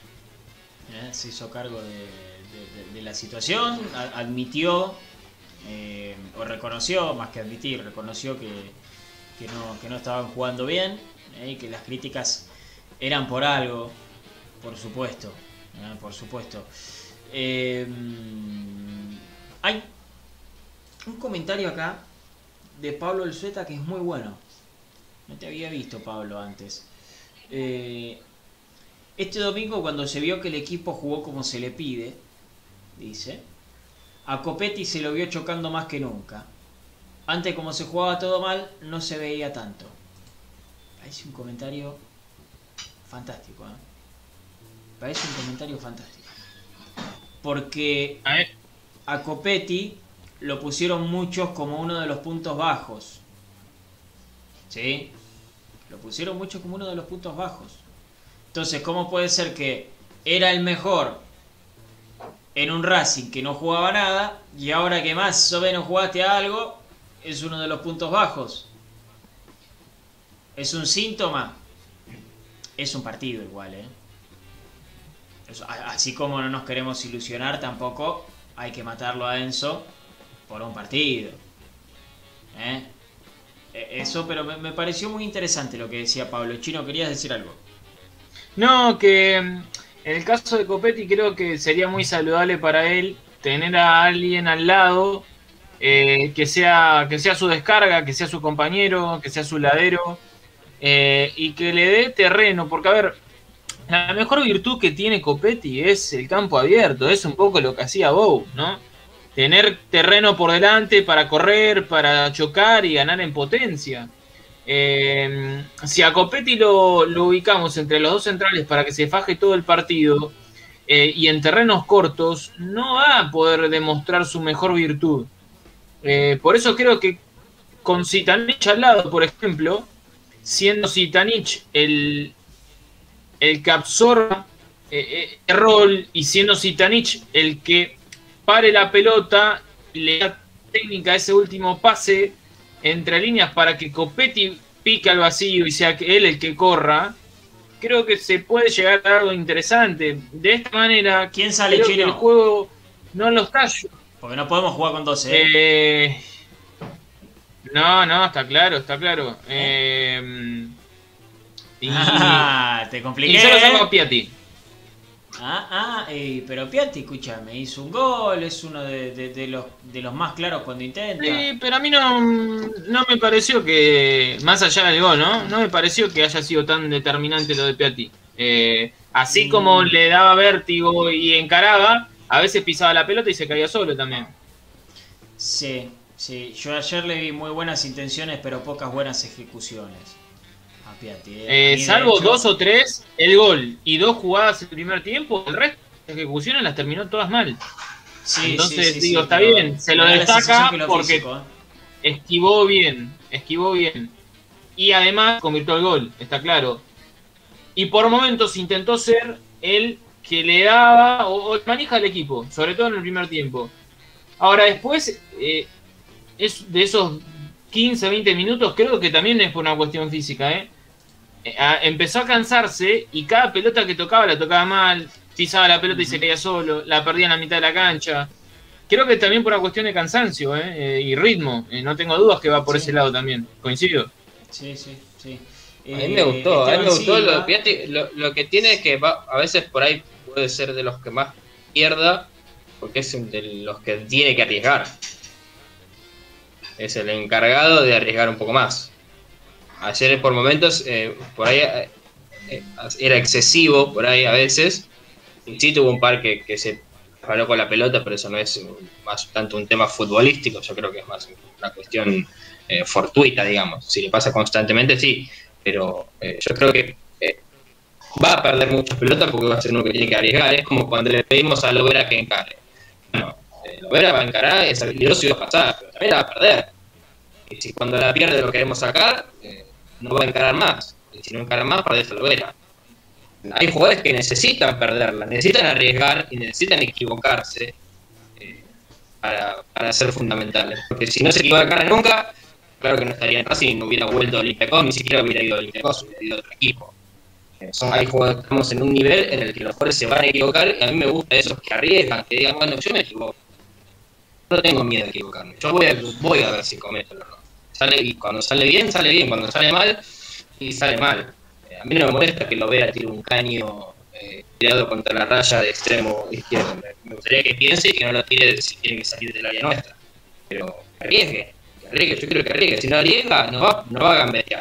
eh, se hizo cargo de, de, de, de la situación, a, admitió eh, o reconoció, más que admitir, reconoció que Que no, que no estaban jugando bien, eh, y que las críticas eran por algo, por supuesto, eh, por supuesto. Eh, hay un comentario acá de Pablo Elzueta que es muy bueno. No te había visto, Pablo, antes. Eh, este domingo, cuando se vio que el equipo jugó como se le pide, dice, a Copetti se lo vio chocando más que nunca. Antes, como se jugaba todo mal, no se veía tanto. Parece un comentario fantástico, ¿eh? Parece un comentario fantástico. Porque a Copetti lo pusieron muchos como uno de los puntos bajos. ¿Sí? Lo pusieron muchos como uno de los puntos bajos. Entonces, ¿cómo puede ser que era el mejor en un Racing que no jugaba nada, y ahora que más o menos jugaste a algo, es uno de los puntos bajos? ¿Es un síntoma? Es un partido igual, ¿eh? Eso, así como no nos queremos ilusionar, tampoco hay que matarlo a Enzo por un partido, ¿eh? Eso, pero me, me pareció muy interesante lo que decía Pablo. Chino, ¿querías decir algo? No, que en el caso de Copetti creo que sería muy saludable para él tener a alguien al lado, Eh, que sea que sea su descarga, que sea su compañero, que sea su ladero, eh, y que le dé terreno, porque a ver, la mejor virtud que tiene Copetti es el campo abierto, es un poco lo que hacía Bou, ¿no? Tener terreno por delante para correr, para chocar y ganar en potencia. Eh, si a Copetti lo, lo ubicamos entre los dos centrales para que se faje todo el partido, eh, y en terrenos cortos no va a poder demostrar su mejor virtud. Eh, por eso creo que con Zitanich al lado, por ejemplo, siendo Zitanich el, el que absorba eh, el rol y siendo Zitanich el que pare la pelota, le da técnica a ese último pase entre líneas para que Copetti pique al vacío y sea él el que corra, creo que se puede llegar a algo interesante. De esta manera, ¿quién sale, creo Chino? que el juego no lo está. Porque no podemos jugar con doce. ¿eh? Eh, no, no, está claro, está claro. Eh, y, ah, te compliqué. y yo lo saco ¿eh? a Piatti. Ah, ah, eh, pero Piatti, escúchame, hizo un gol, es uno de, de, de los, de los más claros cuando intenta. Sí, pero a mí no, no me pareció que, más allá del gol, ¿no? No me pareció que haya sido tan determinante lo de Piatti. Eh, así mm. como le daba vértigo y encaraba, a veces pisaba la pelota y se caía solo también. Sí, sí, yo ayer le vi muy buenas intenciones, pero pocas buenas ejecuciones. Piatti, eh. Eh, salvo hecho... dos o tres, el gol y dos jugadas en el primer tiempo, el resto de ejecuciones las terminó todas mal. Sí, Entonces, sí, sí, digo, sí, está bien, se lo destaca porque físico, ¿eh? esquivó bien, esquivó bien. Y además convirtió el gol, está claro. Y por momentos intentó ser el que le daba o, o maneja el equipo, sobre todo en el primer tiempo. Ahora después, eh, es de esos quince, veinte minutos, creo que también es por una cuestión física, ¿eh? Empezó a cansarse y cada pelota que tocaba la tocaba mal, pisaba la pelota y se caía solo, la perdía en la mitad de la cancha. Creo que también por una cuestión de cansancio ¿eh? y ritmo. Eh, no tengo dudas que va por sí. ese lado también. ¿Coincido? Sí, sí, sí. Eh, a mí me gustó, a mí me gustó lo, fíjate, lo, lo que tiene es que va, a veces por ahí puede ser de los que más pierda, porque es de los que tiene que arriesgar. Es el encargado de arriesgar un poco más. Ayer por momentos, eh, por ahí eh, era excesivo, por ahí a veces. Y sí tuvo un par que, que se paró con la pelota, pero eso no es más tanto un tema futbolístico, yo creo que es más una cuestión eh, fortuita, digamos. Si le pasa constantemente, sí, pero eh, yo creo que eh, va a perder muchas pelotas porque va a ser uno que tiene que arriesgar. Es como cuando le pedimos a Lovera que encare. Bueno, eh, Lovera va a encarar, es habilidoso y va a pasar, pero también la va a perder. Y si cuando la pierde lo queremos sacar, eh, no va a encarar más. Y si no encara más, perdés a Lovera. Hay jugadores que necesitan perderla, necesitan arriesgar y necesitan equivocarse eh, para, para ser fundamentales. Porque si no se equivocara nunca, claro que no estaría en Racing, no hubiera vuelto a Olympiacos, ni siquiera hubiera ido a Olympiacos, hubiera ido a otro equipo. Eh, son, hay jugadores que estamos en un nivel en el que los jugadores se van a equivocar y a mí me gusta esos que arriesgan, que digan, bueno, yo me equivoco. No tengo miedo de equivocarme, yo voy a, voy a ver si cometo el error. Sale, y cuando sale bien, sale bien, cuando sale mal, y sale mal. A mí no me molesta que lo vea tirar un caño eh, tirado contra la raya de extremo izquierdo. Me, me gustaría que piense y que no lo tire si tiene que salir del área nuestra. Pero que arriesgue, que arriesgue, yo creo que arriesgue. Si no arriesga, no va, no va a gambetear.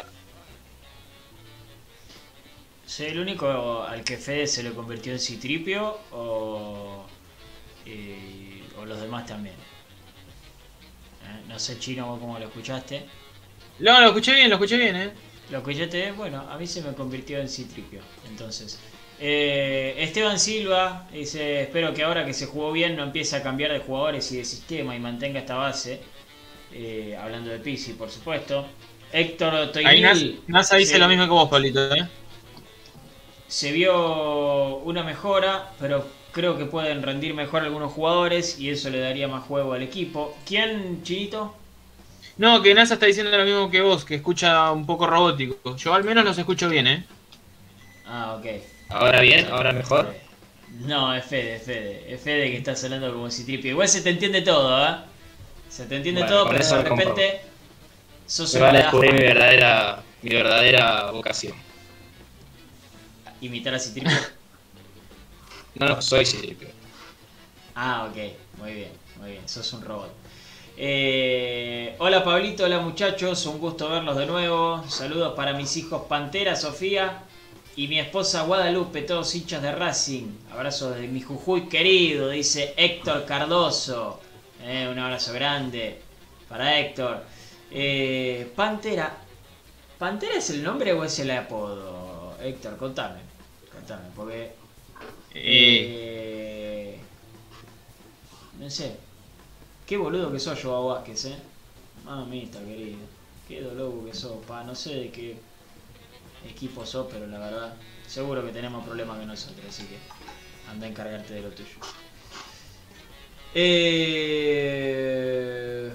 ¿Soy el único al que Fede se lo convirtió en Citripio o, eh, o los demás también? ¿Eh? No sé, Chino, vos cómo lo escuchaste. No, lo escuché bien, lo escuché bien, ¿eh? Lo que yo te... Bueno, a mí se me convirtió en Citripio. Entonces, eh, Esteban Silva dice: espero que ahora que se jugó bien no empiece a cambiar de jugadores y de sistema y mantenga esta base. Eh, hablando de Pizzi, por supuesto. Héctor Toinil. Ahí Nasa dice se, lo mismo que vos, Pablito, ¿eh? Se vio una mejora, pero creo que pueden rendir mejor algunos jugadores y eso le daría más juego al equipo. ¿Quién, Chinito? No, que NASA está diciendo lo mismo que vos, que escucha un poco robótico. Yo al menos los escucho bien, ¿eh? Ah, ok. ¿Ahora bien? ¿Ahora mejor? No, es Fede, es Fede. Es Fede que está hablando como Citripio. Igual se te entiende todo, ¿eh? Se te entiende bueno, todo, pero de repente... Sos me van a descubrir mi verdadera, mi verdadera vocación. ¿Imitar a Citripio? No, no, soy Citripio. Ah, ok. Muy bien, muy bien. Sos un robot. Eh, hola Pablito, hola muchachos, un gusto verlos de nuevo. Saludos para mis hijos Pantera, Sofía y mi esposa Guadalupe, todos hinchas de Racing. Abrazo de mi Jujuy querido, dice Héctor Cardoso. Eh, un abrazo grande para Héctor. Eh, Pantera, ¿Pantera es el nombre o es el apodo? Héctor, contame, contame, porque... Eh, no sé. Qué boludo que sos, Joao Vázquez, eh. Mamita querido. Qué dolor que sos, pa. No sé de qué equipo sos, pero la verdad, seguro que tenemos problemas que nosotros, así que anda a encargarte de lo tuyo. Eh...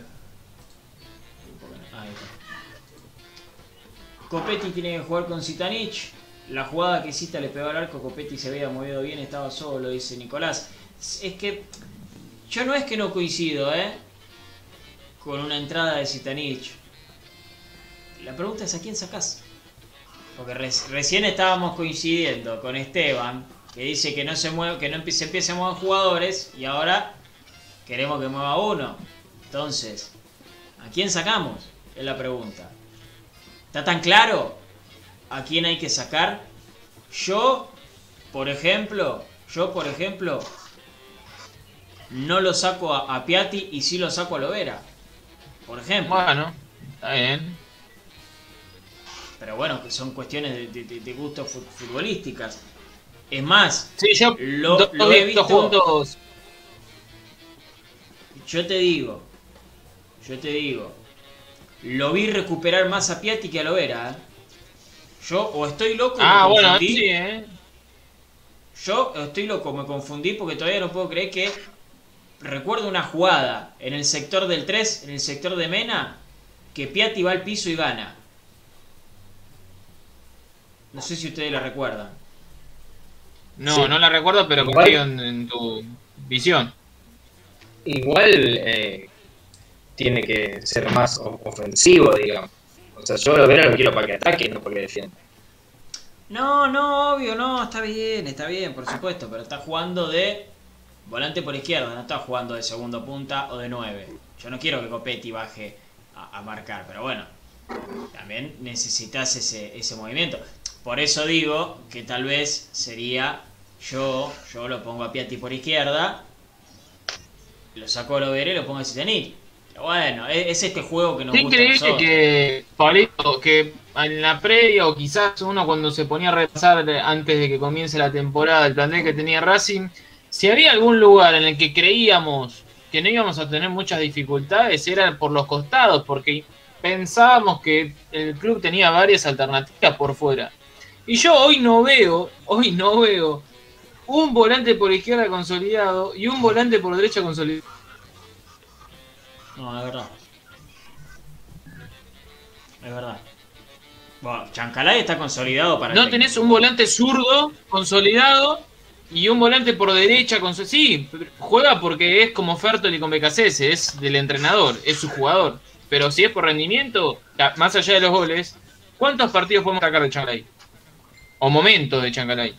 Ahí está. Copetti tiene que jugar con Zitanich. La jugada que Zita le pegó al arco, Copetti se había movido bien, estaba solo, dice Nicolás. Es que yo no es que no coincido, ¿eh? Con una entrada de Zitanich. La pregunta es: ¿a quién sacás? Porque re recién estábamos coincidiendo con Esteban, que dice que no se mueve, que no empie se empiece a mover jugadores, y ahora queremos que mueva uno. Entonces, ¿a quién sacamos? Es la pregunta. ¿Está tan claro a quién hay que sacar? Yo, por ejemplo, yo por ejemplo, no lo saco a, a Piatti y sí lo saco a Lovera. Por ejemplo. Bueno, está bien. Pero bueno, son cuestiones de, de, de gustos futbolísticas. Es más, sí, yo lo, lo he visto juntos. Yo te digo, yo te digo, lo vi recuperar más a Piatti que a Lovera, ¿eh? Yo o estoy loco y ah, me bueno, confundí. Sí, ¿eh? Yo estoy loco, me confundí porque todavía no puedo creer que recuerdo una jugada en el sector del tres, en el sector de Mena, que Piatti va al piso y gana. No sé si ustedes la recuerdan. No, sí. no la recuerdo, pero Igual, confío en, en tu visión. Igual eh, tiene que ser más ofensivo, digamos. O sea, yo Lovera lo quiero para que ataque, no para que defienda. No, no, obvio, no, está bien, está bien, por supuesto, pero está jugando de volante por izquierda, no está jugando de segundo punta o de nueve. Yo no quiero que Copetti baje a, a marcar, pero bueno, también necesitas ese, ese movimiento. Por eso digo que tal vez sería yo, yo lo pongo a Piatti por izquierda, lo saco a Lovera y lo pongo a Zitanich. Bueno, es este juego que nos gusta a increíble nosotros. que, Pablito, que en la previa o quizás uno cuando se ponía a repasar antes de que comience la temporada el plantel que tenía Racing, si había algún lugar en el que creíamos que no íbamos a tener muchas dificultades era por los costados, porque pensábamos que el club tenía varias alternativas por fuera. Y yo hoy no veo, hoy no veo un volante por izquierda consolidado y un volante por derecha consolidado. No, es verdad. Es verdad. Bueno, Chancalay está consolidado para... No tenés un volante zurdo consolidado y un volante por derecha consolidado. Sí, juega porque es como Fertoli con Becasese, es del entrenador, es su jugador. Pero si es por rendimiento, más allá de los goles, ¿cuántos partidos podemos sacar de Chancalay? O momentos de Chancalay.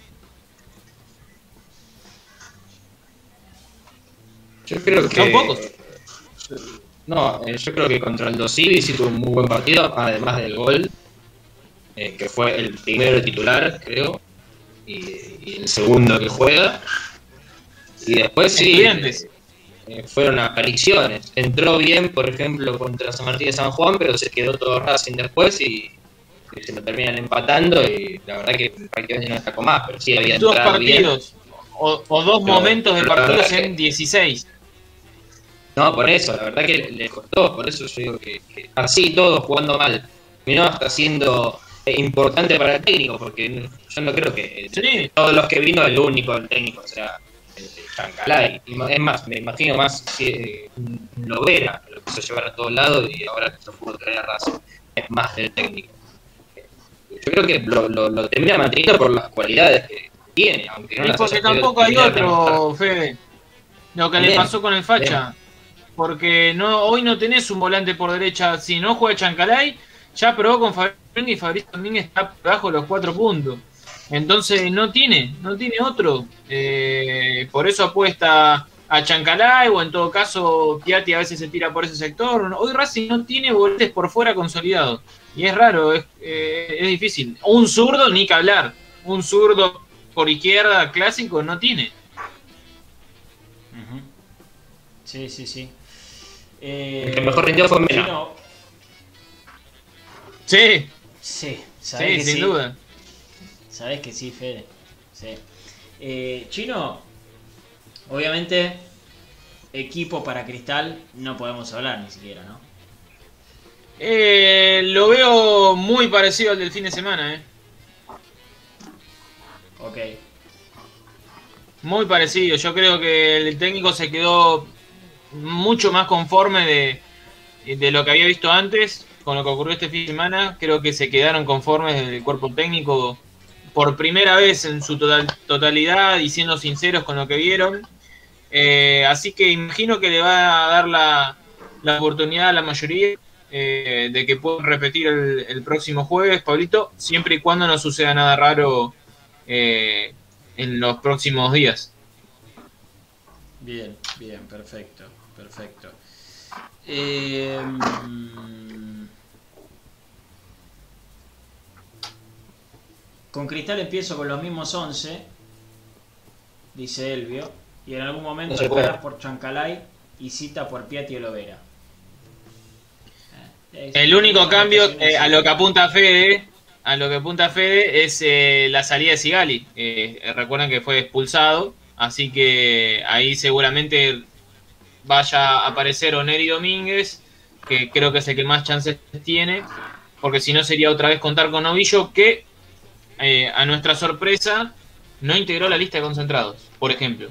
Yo creo que... Son pocos. No, eh, yo creo que contra el Dosivi sí tuvo un muy buen partido, además del gol, eh, que fue el primero titular, creo, y, y el segundo que juega. Y después sí, Estudiantes. Eh, fueron apariciones. Entró bien, por ejemplo, contra San Martín de San Juan, pero se quedó todo Racing después y, y se lo terminan empatando y la verdad que prácticamente no destacó más, pero sí había Dos entrado bien. partidos, o, o dos Pero, momentos de pero la partidos verdad en que- dieciséis. No, por eso, la verdad que le costó, por eso yo digo que, que así todo jugando mal, no está siendo eh, importante para el técnico, porque yo no creo que Sí. de todos los que vino el único el técnico, o sea, el de Chancalay. Y ma- Es más, me imagino más que eh, Lovera, que lo quiso llevar a todos lados y ahora que se pudo traer a Racing, es más del técnico. Yo creo que lo, lo, lo termina manteniendo por las cualidades que tiene, aunque no Y las porque haya podido tampoco hay terminar de demostrar. otro, Fede. Lo que le Bien, pasó con el Facha. Porque no, hoy no tenés un volante por derecha. Si no juega Chancalay, ya probó con Fabricio Domínguez y Fabricio Domínguez está por debajo de los cuatro puntos. Entonces no tiene, no tiene otro. Eh, por eso apuesta a Chancalay o en todo caso Piatti a veces se tira por ese sector. Hoy Racing no tiene volantes por fuera consolidados. Y es raro, es, eh, es difícil. Un zurdo, ni que hablar. Un zurdo por izquierda clásico no tiene. Ujú. Sí, sí, sí. Eh, El que mejor rindió fue Mena. Gino- Sí, Sí, sí, sabés que sin sí. duda. Sabés que sí, Fede. Sí. Eh, Chino, obviamente, equipo para Cristal no podemos hablar ni siquiera, ¿no? Eh, lo veo muy parecido al del fin de semana, ¿eh? Ok. Muy parecido. Yo creo que el técnico se quedó mucho más conforme de, de lo que había visto antes con lo que ocurrió este fin de semana. Creo que se quedaron conformes el cuerpo técnico por primera vez en su total, totalidad y siendo sinceros con lo que vieron. Eh, así que imagino que le va a dar la, la oportunidad a la mayoría eh, de que puedan repetir el, el próximo jueves, Pablito, siempre y cuando no suceda nada raro eh, en los próximos días. Bien, bien, perfecto, perfecto. Eh, con Cristal empiezo con los mismos once, dice Elvio, y en algún momento No esperás por Chancalay y cita por Piatti y Lovera. Eh, El único cambio eh, a lo que apunta Fede, a lo que apunta Fede es eh, la salida de Sigali. Eh, recuerden que fue expulsado, así que ahí seguramente vaya a aparecer Oneri Domínguez, que creo que es el que más chances tiene, porque si no sería otra vez contar con Novillo, que eh, a nuestra sorpresa no integró la lista de concentrados, por ejemplo.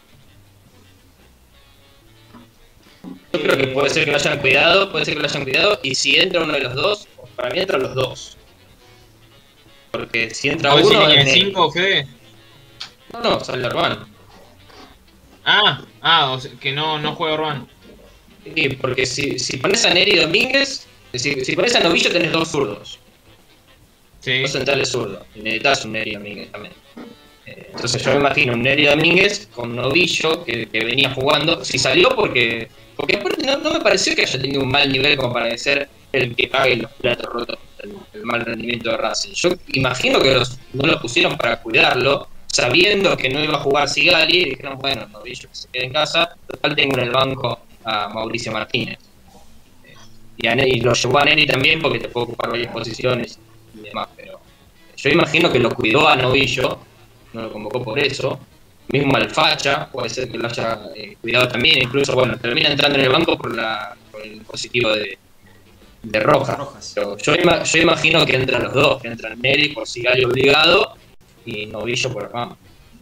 Yo creo que puede ser que lo hayan cuidado, puede ser que lo hayan cuidado, y si entra uno de los dos, para mí entran los dos. Porque si entra ¿Vos decís uno... en el es Neri. cinco, Fede? No, no, sale Urbano. Ah, ah, o sea, que no, no juega Urbano. Sí, porque si, si pones a Neri Domínguez, si, si pones a Novillo tenés dos zurdos. Sí. Dos centrales zurdos. Y necesitas un Neri Domínguez también. Eh, Entonces yo me imagino un Neri Domínguez con Novillo que, que venía jugando. Si salió porque... Porque aparte no, no me pareció que haya tenido un mal nivel como para ser el que pague los platos rotos, el, el mal rendimiento de Racing. Yo imagino que los, no lo pusieron para cuidarlo, sabiendo que no iba a jugar Sigali, y dijeron, bueno, Novillo que se quede en casa, total tengo en el banco a Mauricio Martínez. Eh, y, a Neri, y lo llevó a Neri también porque te puede ocupar varias posiciones y demás, pero yo imagino que lo cuidó a Novillo, no lo convocó por eso. Mismo Alfacha, puede ser que lo haya eh, cuidado también, incluso, bueno, termina entrando en el banco por, la, por el positivo de, de Rojas. Rojas. Pero yo, ima, yo imagino que entran los dos, que entran Neri por Sigali obligado y Novillo por acá. Uh-huh.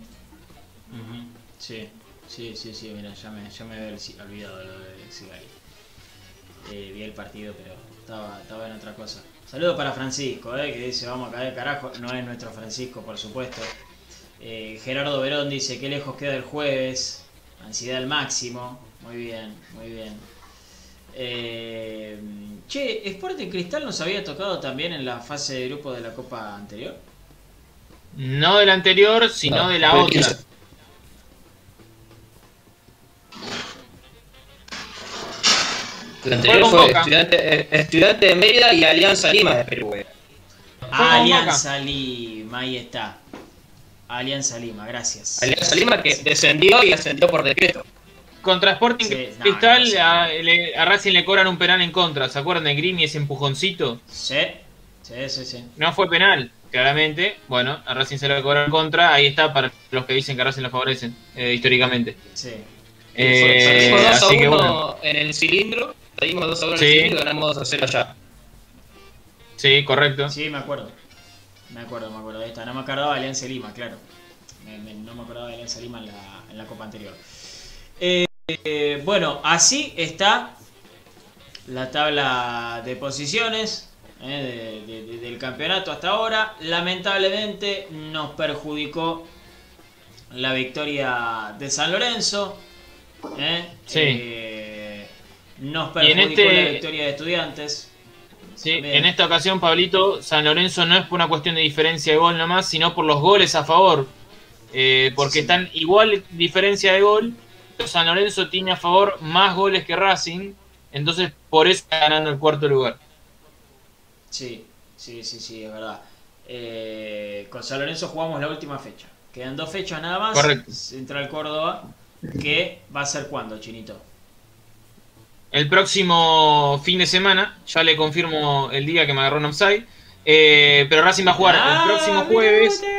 Sí, sí, sí, sí, mira, ya me, ya me había olvidado lo de Sigali. Eh, vi el partido, pero estaba, estaba en otra cosa. Saludo para Francisco, eh, que dice, vamos a caer carajo. No es nuestro Francisco, por supuesto. Eh, Gerardo Verón dice, qué lejos queda el jueves. Ansiedad al máximo. Muy bien, muy bien. Eh, che, Sporting Cristal nos había tocado también en la fase de grupo de la Copa anterior. No de la anterior, sino No, de la fue el otra. quince. La anterior Fue con fue Boca. estudiante, eh, estudiante de Mérida y Alianza Lima de Perú. eh. Ah, Alianza Lima, ahí está. Alianza Lima, gracias. Alianza Lima que descendió y ascendió por decreto. Contra Sporting Sí, no, Cristal, no, sí. a, le- a Racing le cobran un penal en contra. ¿Se acuerdan de Grimi, ese empujoncito? Sí, sí, sí, sí. No fue penal, claramente. Bueno, a Racing se le cobraron en contra. Ahí está para los que dicen que a Racing lo favorecen, eh, históricamente. Sí. Eh, Salimos dos a así que uno bueno. en el cilindro, salimos dos a uno en Sí. el cilindro y ganamos dos a cero allá. Sí, correcto. Sí, me acuerdo. Me acuerdo, me acuerdo. Ahí está. No me acordaba de Alianza Lima, claro. Me- me- no me acordaba de Alianza Lima en la, en la Copa anterior. Eh, eh, bueno, así está la tabla de posiciones eh, de- de- de- del campeonato hasta ahora. Lamentablemente nos perjudicó la victoria de San Lorenzo. eh. Sí. Eh, nos Y en perjudicó este- la victoria de Estudiantes. Sí, Bien. en esta ocasión, Pablito, San Lorenzo no es por una cuestión de diferencia de gol nomás, sino por los goles a favor. Eh, porque Sí. están igual diferencia de gol. San Lorenzo tiene a favor más goles que Racing. Entonces, por eso está ganando el cuarto lugar. Sí, sí, sí, sí, es verdad. Eh, con San Lorenzo jugamos la última fecha. Quedan dos fechas nada más. Correcto. Central Córdoba. ¿Qué va a ser cuándo, Chinito? El próximo fin de semana, ya le confirmo el día que me agarró en offside. Eh, pero Racing va a jugar Ah, el próximo mirá, jueves. te agarré.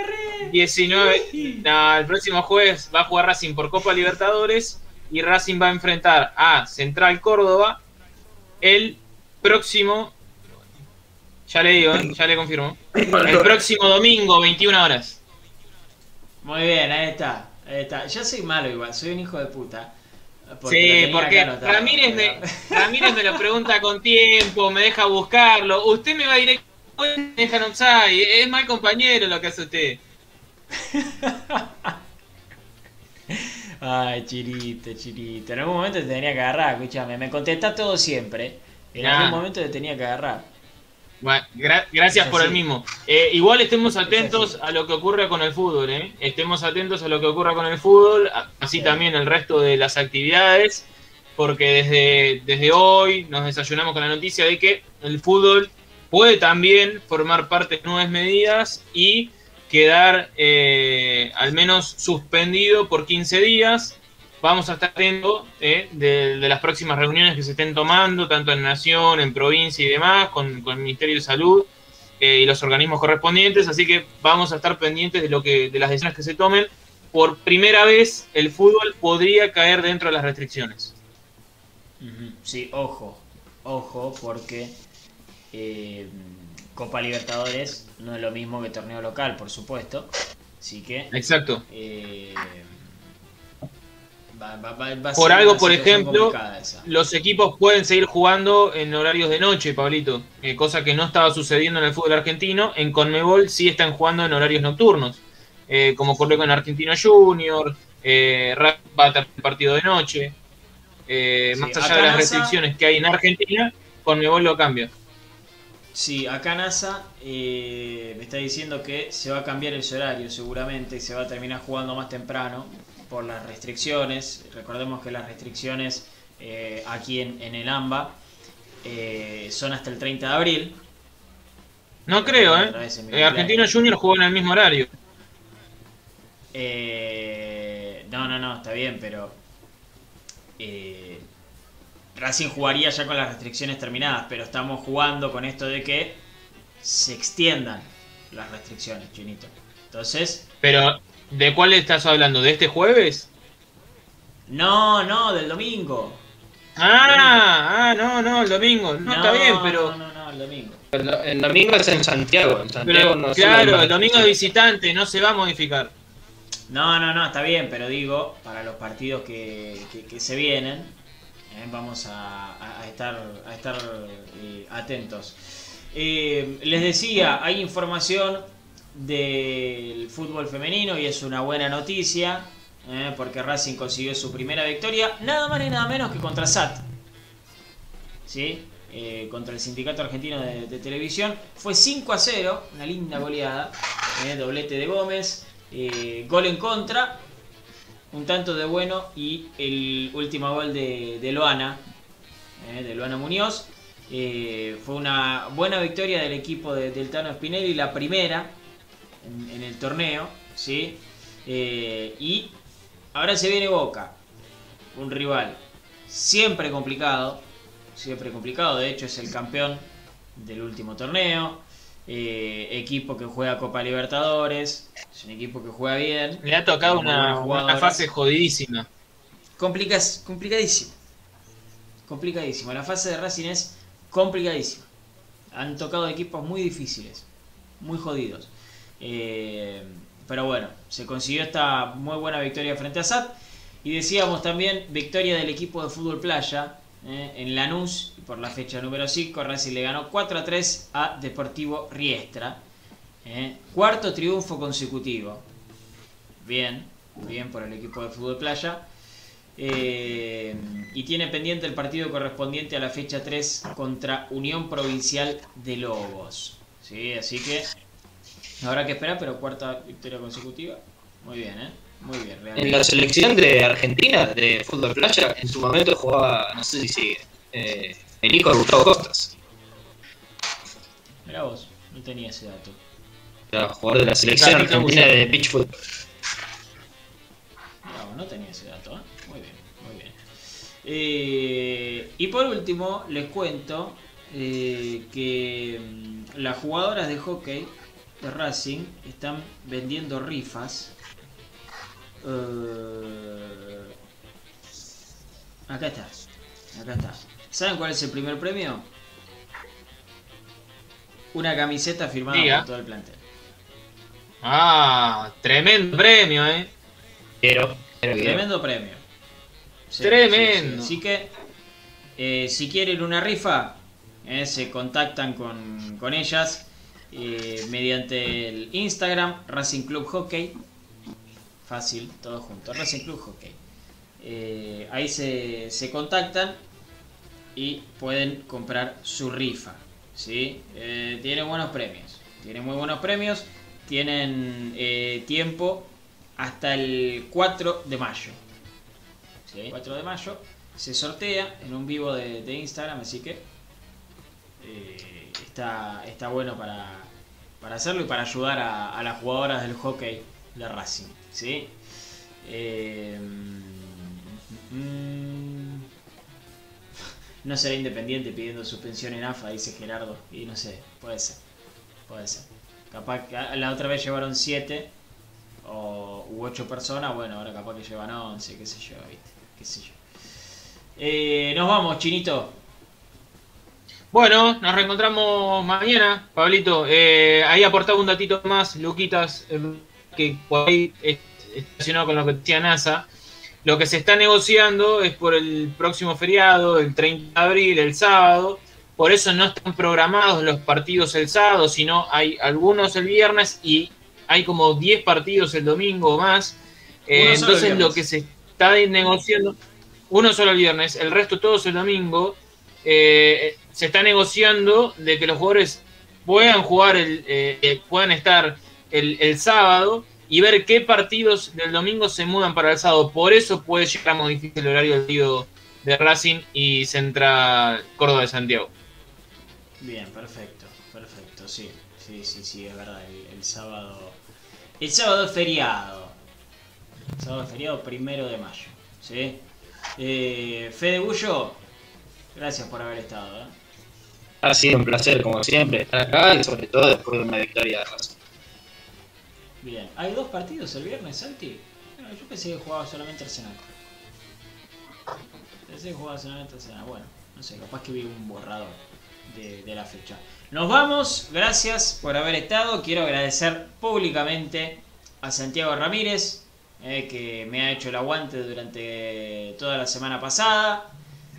diecinueve. No, el próximo jueves va a jugar Racing por Copa Libertadores y Racing va a enfrentar a Central Córdoba el próximo. Ya le digo, ¿eh? Ya le confirmo. El próximo domingo, veintiuna horas. Muy bien, ahí está. Ahí está. Yo soy malo igual, soy un hijo de puta. Porque sí, porque anotado, Ramírez, pero... me, Ramírez me lo pregunta con tiempo, me deja buscarlo. Usted me va directo, me deja en offside. Es mal compañero lo que hace usted. Ay, Chirito, Chirito. En algún momento te tenía que agarrar, escúchame. Me contestás todo siempre. En nah. algún momento te tenía que agarrar. Bueno, gra gracias por el mismo. Eh, igual estemos atentos a lo que ocurra con el fútbol, ¿eh? Estemos atentos a lo que ocurra con el fútbol, así sí. también el resto de las actividades, porque desde, desde hoy nos desayunamos con la noticia de que el fútbol puede también formar parte de nuevas medidas y quedar eh, al menos suspendido por quince días. Vamos a estar atentos eh, de, de las próximas reuniones que se estén tomando, tanto en Nación, en provincia y demás, con, con el Ministerio de Salud eh, y los organismos correspondientes. Así que vamos a estar pendientes de lo que de las decisiones que se tomen. Por primera vez, el fútbol podría caer dentro de las restricciones. Sí, ojo, ojo, porque eh, Copa Libertadores no es lo mismo que torneo local, por supuesto. Así que... Exacto. Eh, Va, va, va, va por algo, por ejemplo, los equipos pueden seguir jugando en horarios de noche, Pablito, eh, cosa que no estaba sucediendo en el fútbol argentino. En Conmebol sí están jugando en horarios nocturnos, eh, como ocurrió con Argentino Junior, eh, va a tener partido de noche. Eh, sí, más allá de las NASA, restricciones que hay en Argentina, Conmebol lo cambia. Sí, acá NASA eh, me está diciendo que se va a cambiar el horario seguramente y se va a terminar jugando más temprano por las restricciones. Recordemos que las restricciones eh, aquí en, en el AMBA eh, son hasta el treinta de abril. No creo, ¿eh? eh Argentino Junior jugó en el mismo horario. Eh, no, no, no, está bien, pero eh, Racing jugaría ya con las restricciones terminadas, pero estamos jugando con esto de que se extiendan las restricciones, Chinito. Entonces... Pero... ¿De cuál estás hablando? ¿De este jueves? No, no, del domingo. Ah, ah, no, no, el domingo. No, no está bien, pero... No, no, no, el domingo. El, el domingo es en Santiago. En Santiago pero, no claro, el domingo es visitante, no se va a modificar. No, no, no, está bien, pero digo, para los partidos que, que, que se vienen, eh, vamos a, a estar, a estar eh, atentos. Eh, les decía, hay información del fútbol femenino y es una buena noticia eh, porque Racing consiguió su primera victoria nada más ni nada menos que contra S A T, ¿sí? eh, contra el Sindicato Argentino de, de Televisión. Fue cinco a cero, una linda goleada, eh, doblete de Gómez, eh, gol en contra, un tanto de Bueno y el último gol de, de Loana, eh, de Loana Muñoz. Eh, fue una buena victoria del equipo de, del Tano Spinelli, la primera En, en el torneo, ¿sí? Eh, y ahora se viene Boca, un rival siempre complicado, siempre complicado, de hecho es el campeón del último torneo, eh, equipo que juega Copa Libertadores, es un equipo que juega bien. Le ha tocado una, una fase jodidísima. Complicas, complicadísima, complicadísima, la fase de Racing es complicadísima, han tocado equipos muy difíciles, muy jodidos. Eh, pero bueno, se consiguió esta muy buena victoria frente a S A T. Y decíamos también victoria del equipo de fútbol playa eh, en Lanús. Y por la fecha número cinco, Racing le ganó cuatro a tres a Deportivo Riestra. eh, Cuarto triunfo consecutivo. Bien, bien por el equipo de fútbol playa. eh, Y tiene pendiente el partido correspondiente a la fecha tres contra Unión Provincial de Lobos, ¿sí? Así que habrá que esperar, pero cuarta victoria consecutiva. Muy bien, ¿eh? Muy bien, realmente. En la selección de Argentina de fútbol playa, en su momento jugaba, no sé si sigue, eh, el hijo de Gustavo Costas. Mirá vos, no tenía ese dato. Era jugador de la selección Claro, argentina de beach football. Mirá vos, no tenía ese dato, ¿eh? Muy bien, muy bien. Eh, y por último, les cuento eh, que las jugadoras de hockey de Racing están vendiendo rifas. Uh, acá está, acá está. ¿Saben cuál es el primer premio? Una camiseta firmada Diga. por todo el plantel. Ah, tremendo premio, eh. Quiero, quiero Tremendo premio. Sí, tremendo. Sí, sí. Así que, eh, si quieren una rifa, eh, se contactan con, con ellas eh, mediante el Instagram Racing Club Hockey. Fácil, todo junto. Racing Club Hockey. Eh, ahí se, se contactan y pueden comprar su rifa. ¿Sí? Eh, tiene buenos premios. Tiene muy buenos premios. Tienen eh, tiempo hasta el cuatro de mayo. ¿Sí? cuatro de mayo se sortea en un vivo de, de Instagram, así que eh, está, está bueno para, para hacerlo y para ayudar a, a las jugadoras del hockey de Racing. ¿Sí? Eh, mm, no será Independiente pidiendo suspensión en A F A, dice Gerardo. Y no sé, puede ser. Puede ser. Capaz que la otra vez llevaron siete o u ocho personas, bueno, ahora capaz que llevan once, qué sé yo, ¿viste? Qué sé yo. Eh, nos vamos, Chinito. Bueno, nos reencontramos mañana, Pablito. Eh, ahí aportaba un datito más, Luquitas, que por ahí es relacionado con lo que decía NASA. Lo que se está negociando es por el próximo feriado, el treinta de abril, el sábado. Por eso no están programados los partidos el sábado, sino hay algunos el viernes y hay como diez partidos el domingo o más. Eh, entonces lo que se está negociando, uno solo el viernes, el resto todos el domingo. Eh, se está negociando de que los jugadores puedan jugar, el, eh, puedan estar el, el sábado y ver qué partidos del domingo se mudan para el sábado. Por eso puede llegar a modificar el horario del partido de Racing y Central Córdoba de Santiago. Bien, perfecto, perfecto, sí, sí, sí, sí, es verdad, el, el sábado, el sábado es feriado, el sábado es feriado primero de mayo, ¿sí? Eh, Fede Bullo, gracias por haber estado, ¿eh? Ha sido un placer, como siempre, estar acá y sobre todo después de una victoria de Racing. Bien, ¿hay dos partidos el viernes, Santi? Bueno, yo pensé que jugaba solamente Arsenal. Pensé que jugaba solamente Arsenal, bueno, no sé, capaz que vi un borrador De, de la fecha. Nos vamos, gracias por haber estado. Quiero agradecer públicamente a Santiago Ramírez, eh, que me ha hecho el aguante durante toda la semana pasada,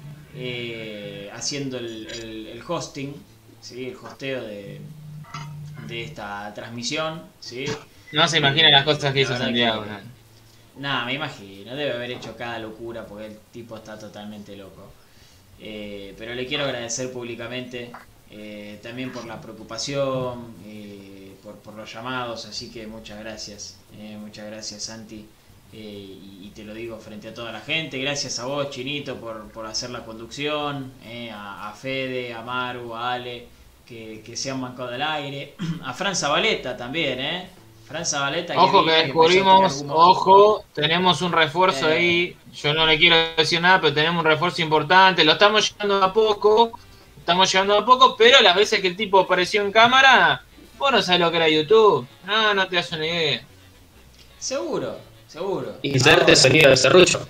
eh, haciendo el, el, el hosting, ¿sí? El hosteo de, de esta transmisión, ¿sí? No se imaginan las cosas que hizo Santiago. Que, nada, me imagino, debe haber hecho cada locura porque el tipo está totalmente loco. Eh, pero le quiero agradecer públicamente eh, también por la preocupación, eh, por, por los llamados, así que muchas gracias, eh, muchas gracias Santi, eh, y, y te lo digo frente a toda la gente, gracias a vos Chinito por, por hacer la conducción, eh, a, a Fede, a Maru, a Ale, que, que se han bancado del aire, a Fran Zabaleta también, eh. Fran Zabaleta. Ojo que, que descubrimos, ojo, tenemos un refuerzo eh, ahí, yo no le quiero decir nada, pero tenemos un refuerzo importante, lo estamos llevando a poco, estamos llevando a poco, pero las veces que el tipo apareció en cámara, vos no sabés lo que era YouTube, no, no te das una idea. Seguro, seguro. Inserte sonido de serrucho.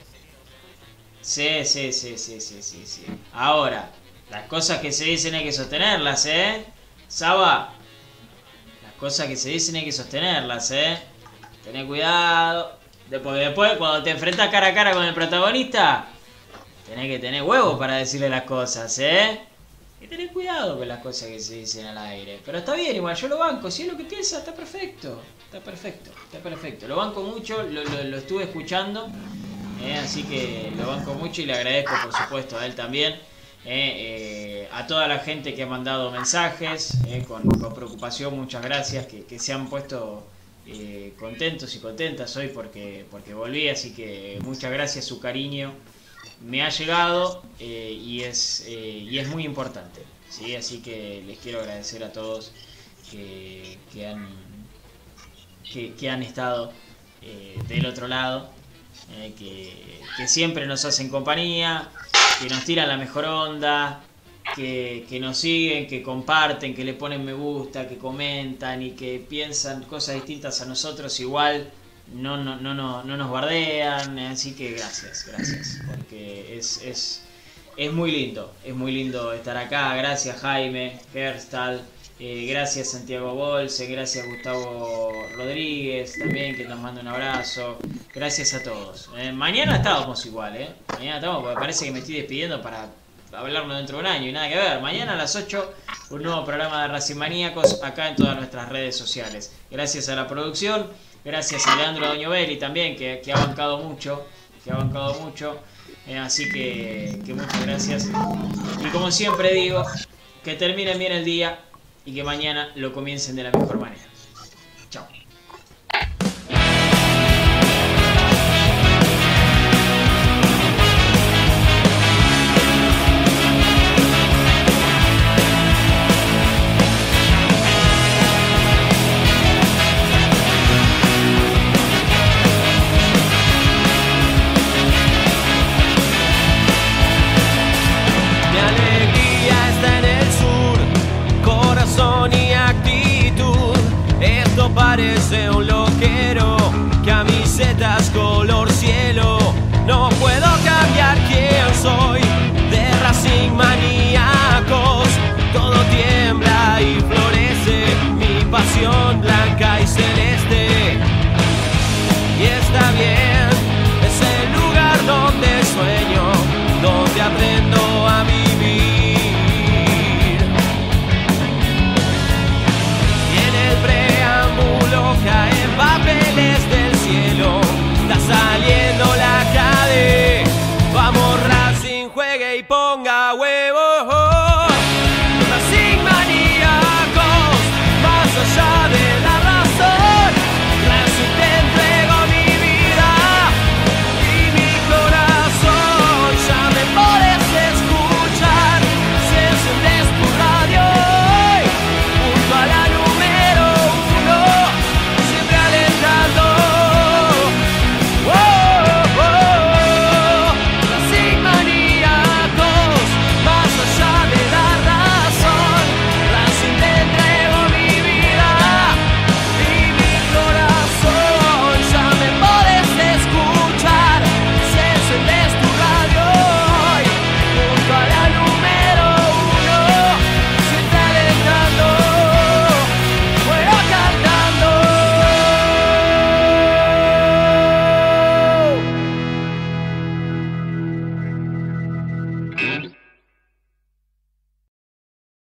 Sí, sí, sí, sí, sí, sí, sí. Ahora, las cosas que se dicen hay que sostenerlas, ¿eh? Saba. Cosas que se dicen hay que sostenerlas, ¿eh? Tené cuidado. Porque después, cuando te enfrentas cara a cara con el protagonista, tenés que tener huevos para decirle las cosas, ¿eh? Y tener cuidado con las cosas que se dicen al aire. Pero está bien, igual, yo lo banco. Si es lo que piensa, está perfecto. Está perfecto, está perfecto. Lo banco mucho, lo, lo, lo estuve escuchando. ¿eh? Así que lo banco mucho y le agradezco, por supuesto, a él también. Eh, eh, a toda la gente que ha mandado mensajes eh, con, con preocupación, muchas gracias, que, que se han puesto eh, contentos y contentas hoy porque, porque volví, así que muchas gracias, su cariño me ha llegado eh, y, es, eh, y es muy importante, ¿sí? Así que les quiero agradecer a todos que, que, han, que, que han estado eh, del otro lado, eh, que, que siempre nos hacen compañía, que nos tiran la mejor onda, que, que nos siguen, que comparten, que le ponen me gusta, que comentan y que piensan cosas distintas a nosotros, igual no, no, no, no, no nos bardean, así que gracias, gracias, porque es, es, es muy lindo, es muy lindo estar acá. Gracias Jaime, Herstal, eh, gracias Santiago Bolse, gracias Gustavo Rodríguez también, que nos manda un abrazo, gracias a todos. Eh, mañana estábamos igual, eh, mañana estamos, porque parece que me estoy despidiendo para hablarnos dentro de un año y nada que ver. Mañana a las ocho un nuevo programa de Racing Maníacos acá en todas nuestras redes sociales. Gracias a la producción, gracias a Leandro Doñovelli también, que, que ha bancado mucho, que ha bancado mucho. Eh, así que, que muchas gracias. Y como siempre digo, que terminen bien el día y que mañana lo comiencen de la mejor manera. Chao. Parece un loquero, camisetas color cielo. No puedo cambiar quién soy, de Racing Maníacos. Todo tiembla y flota.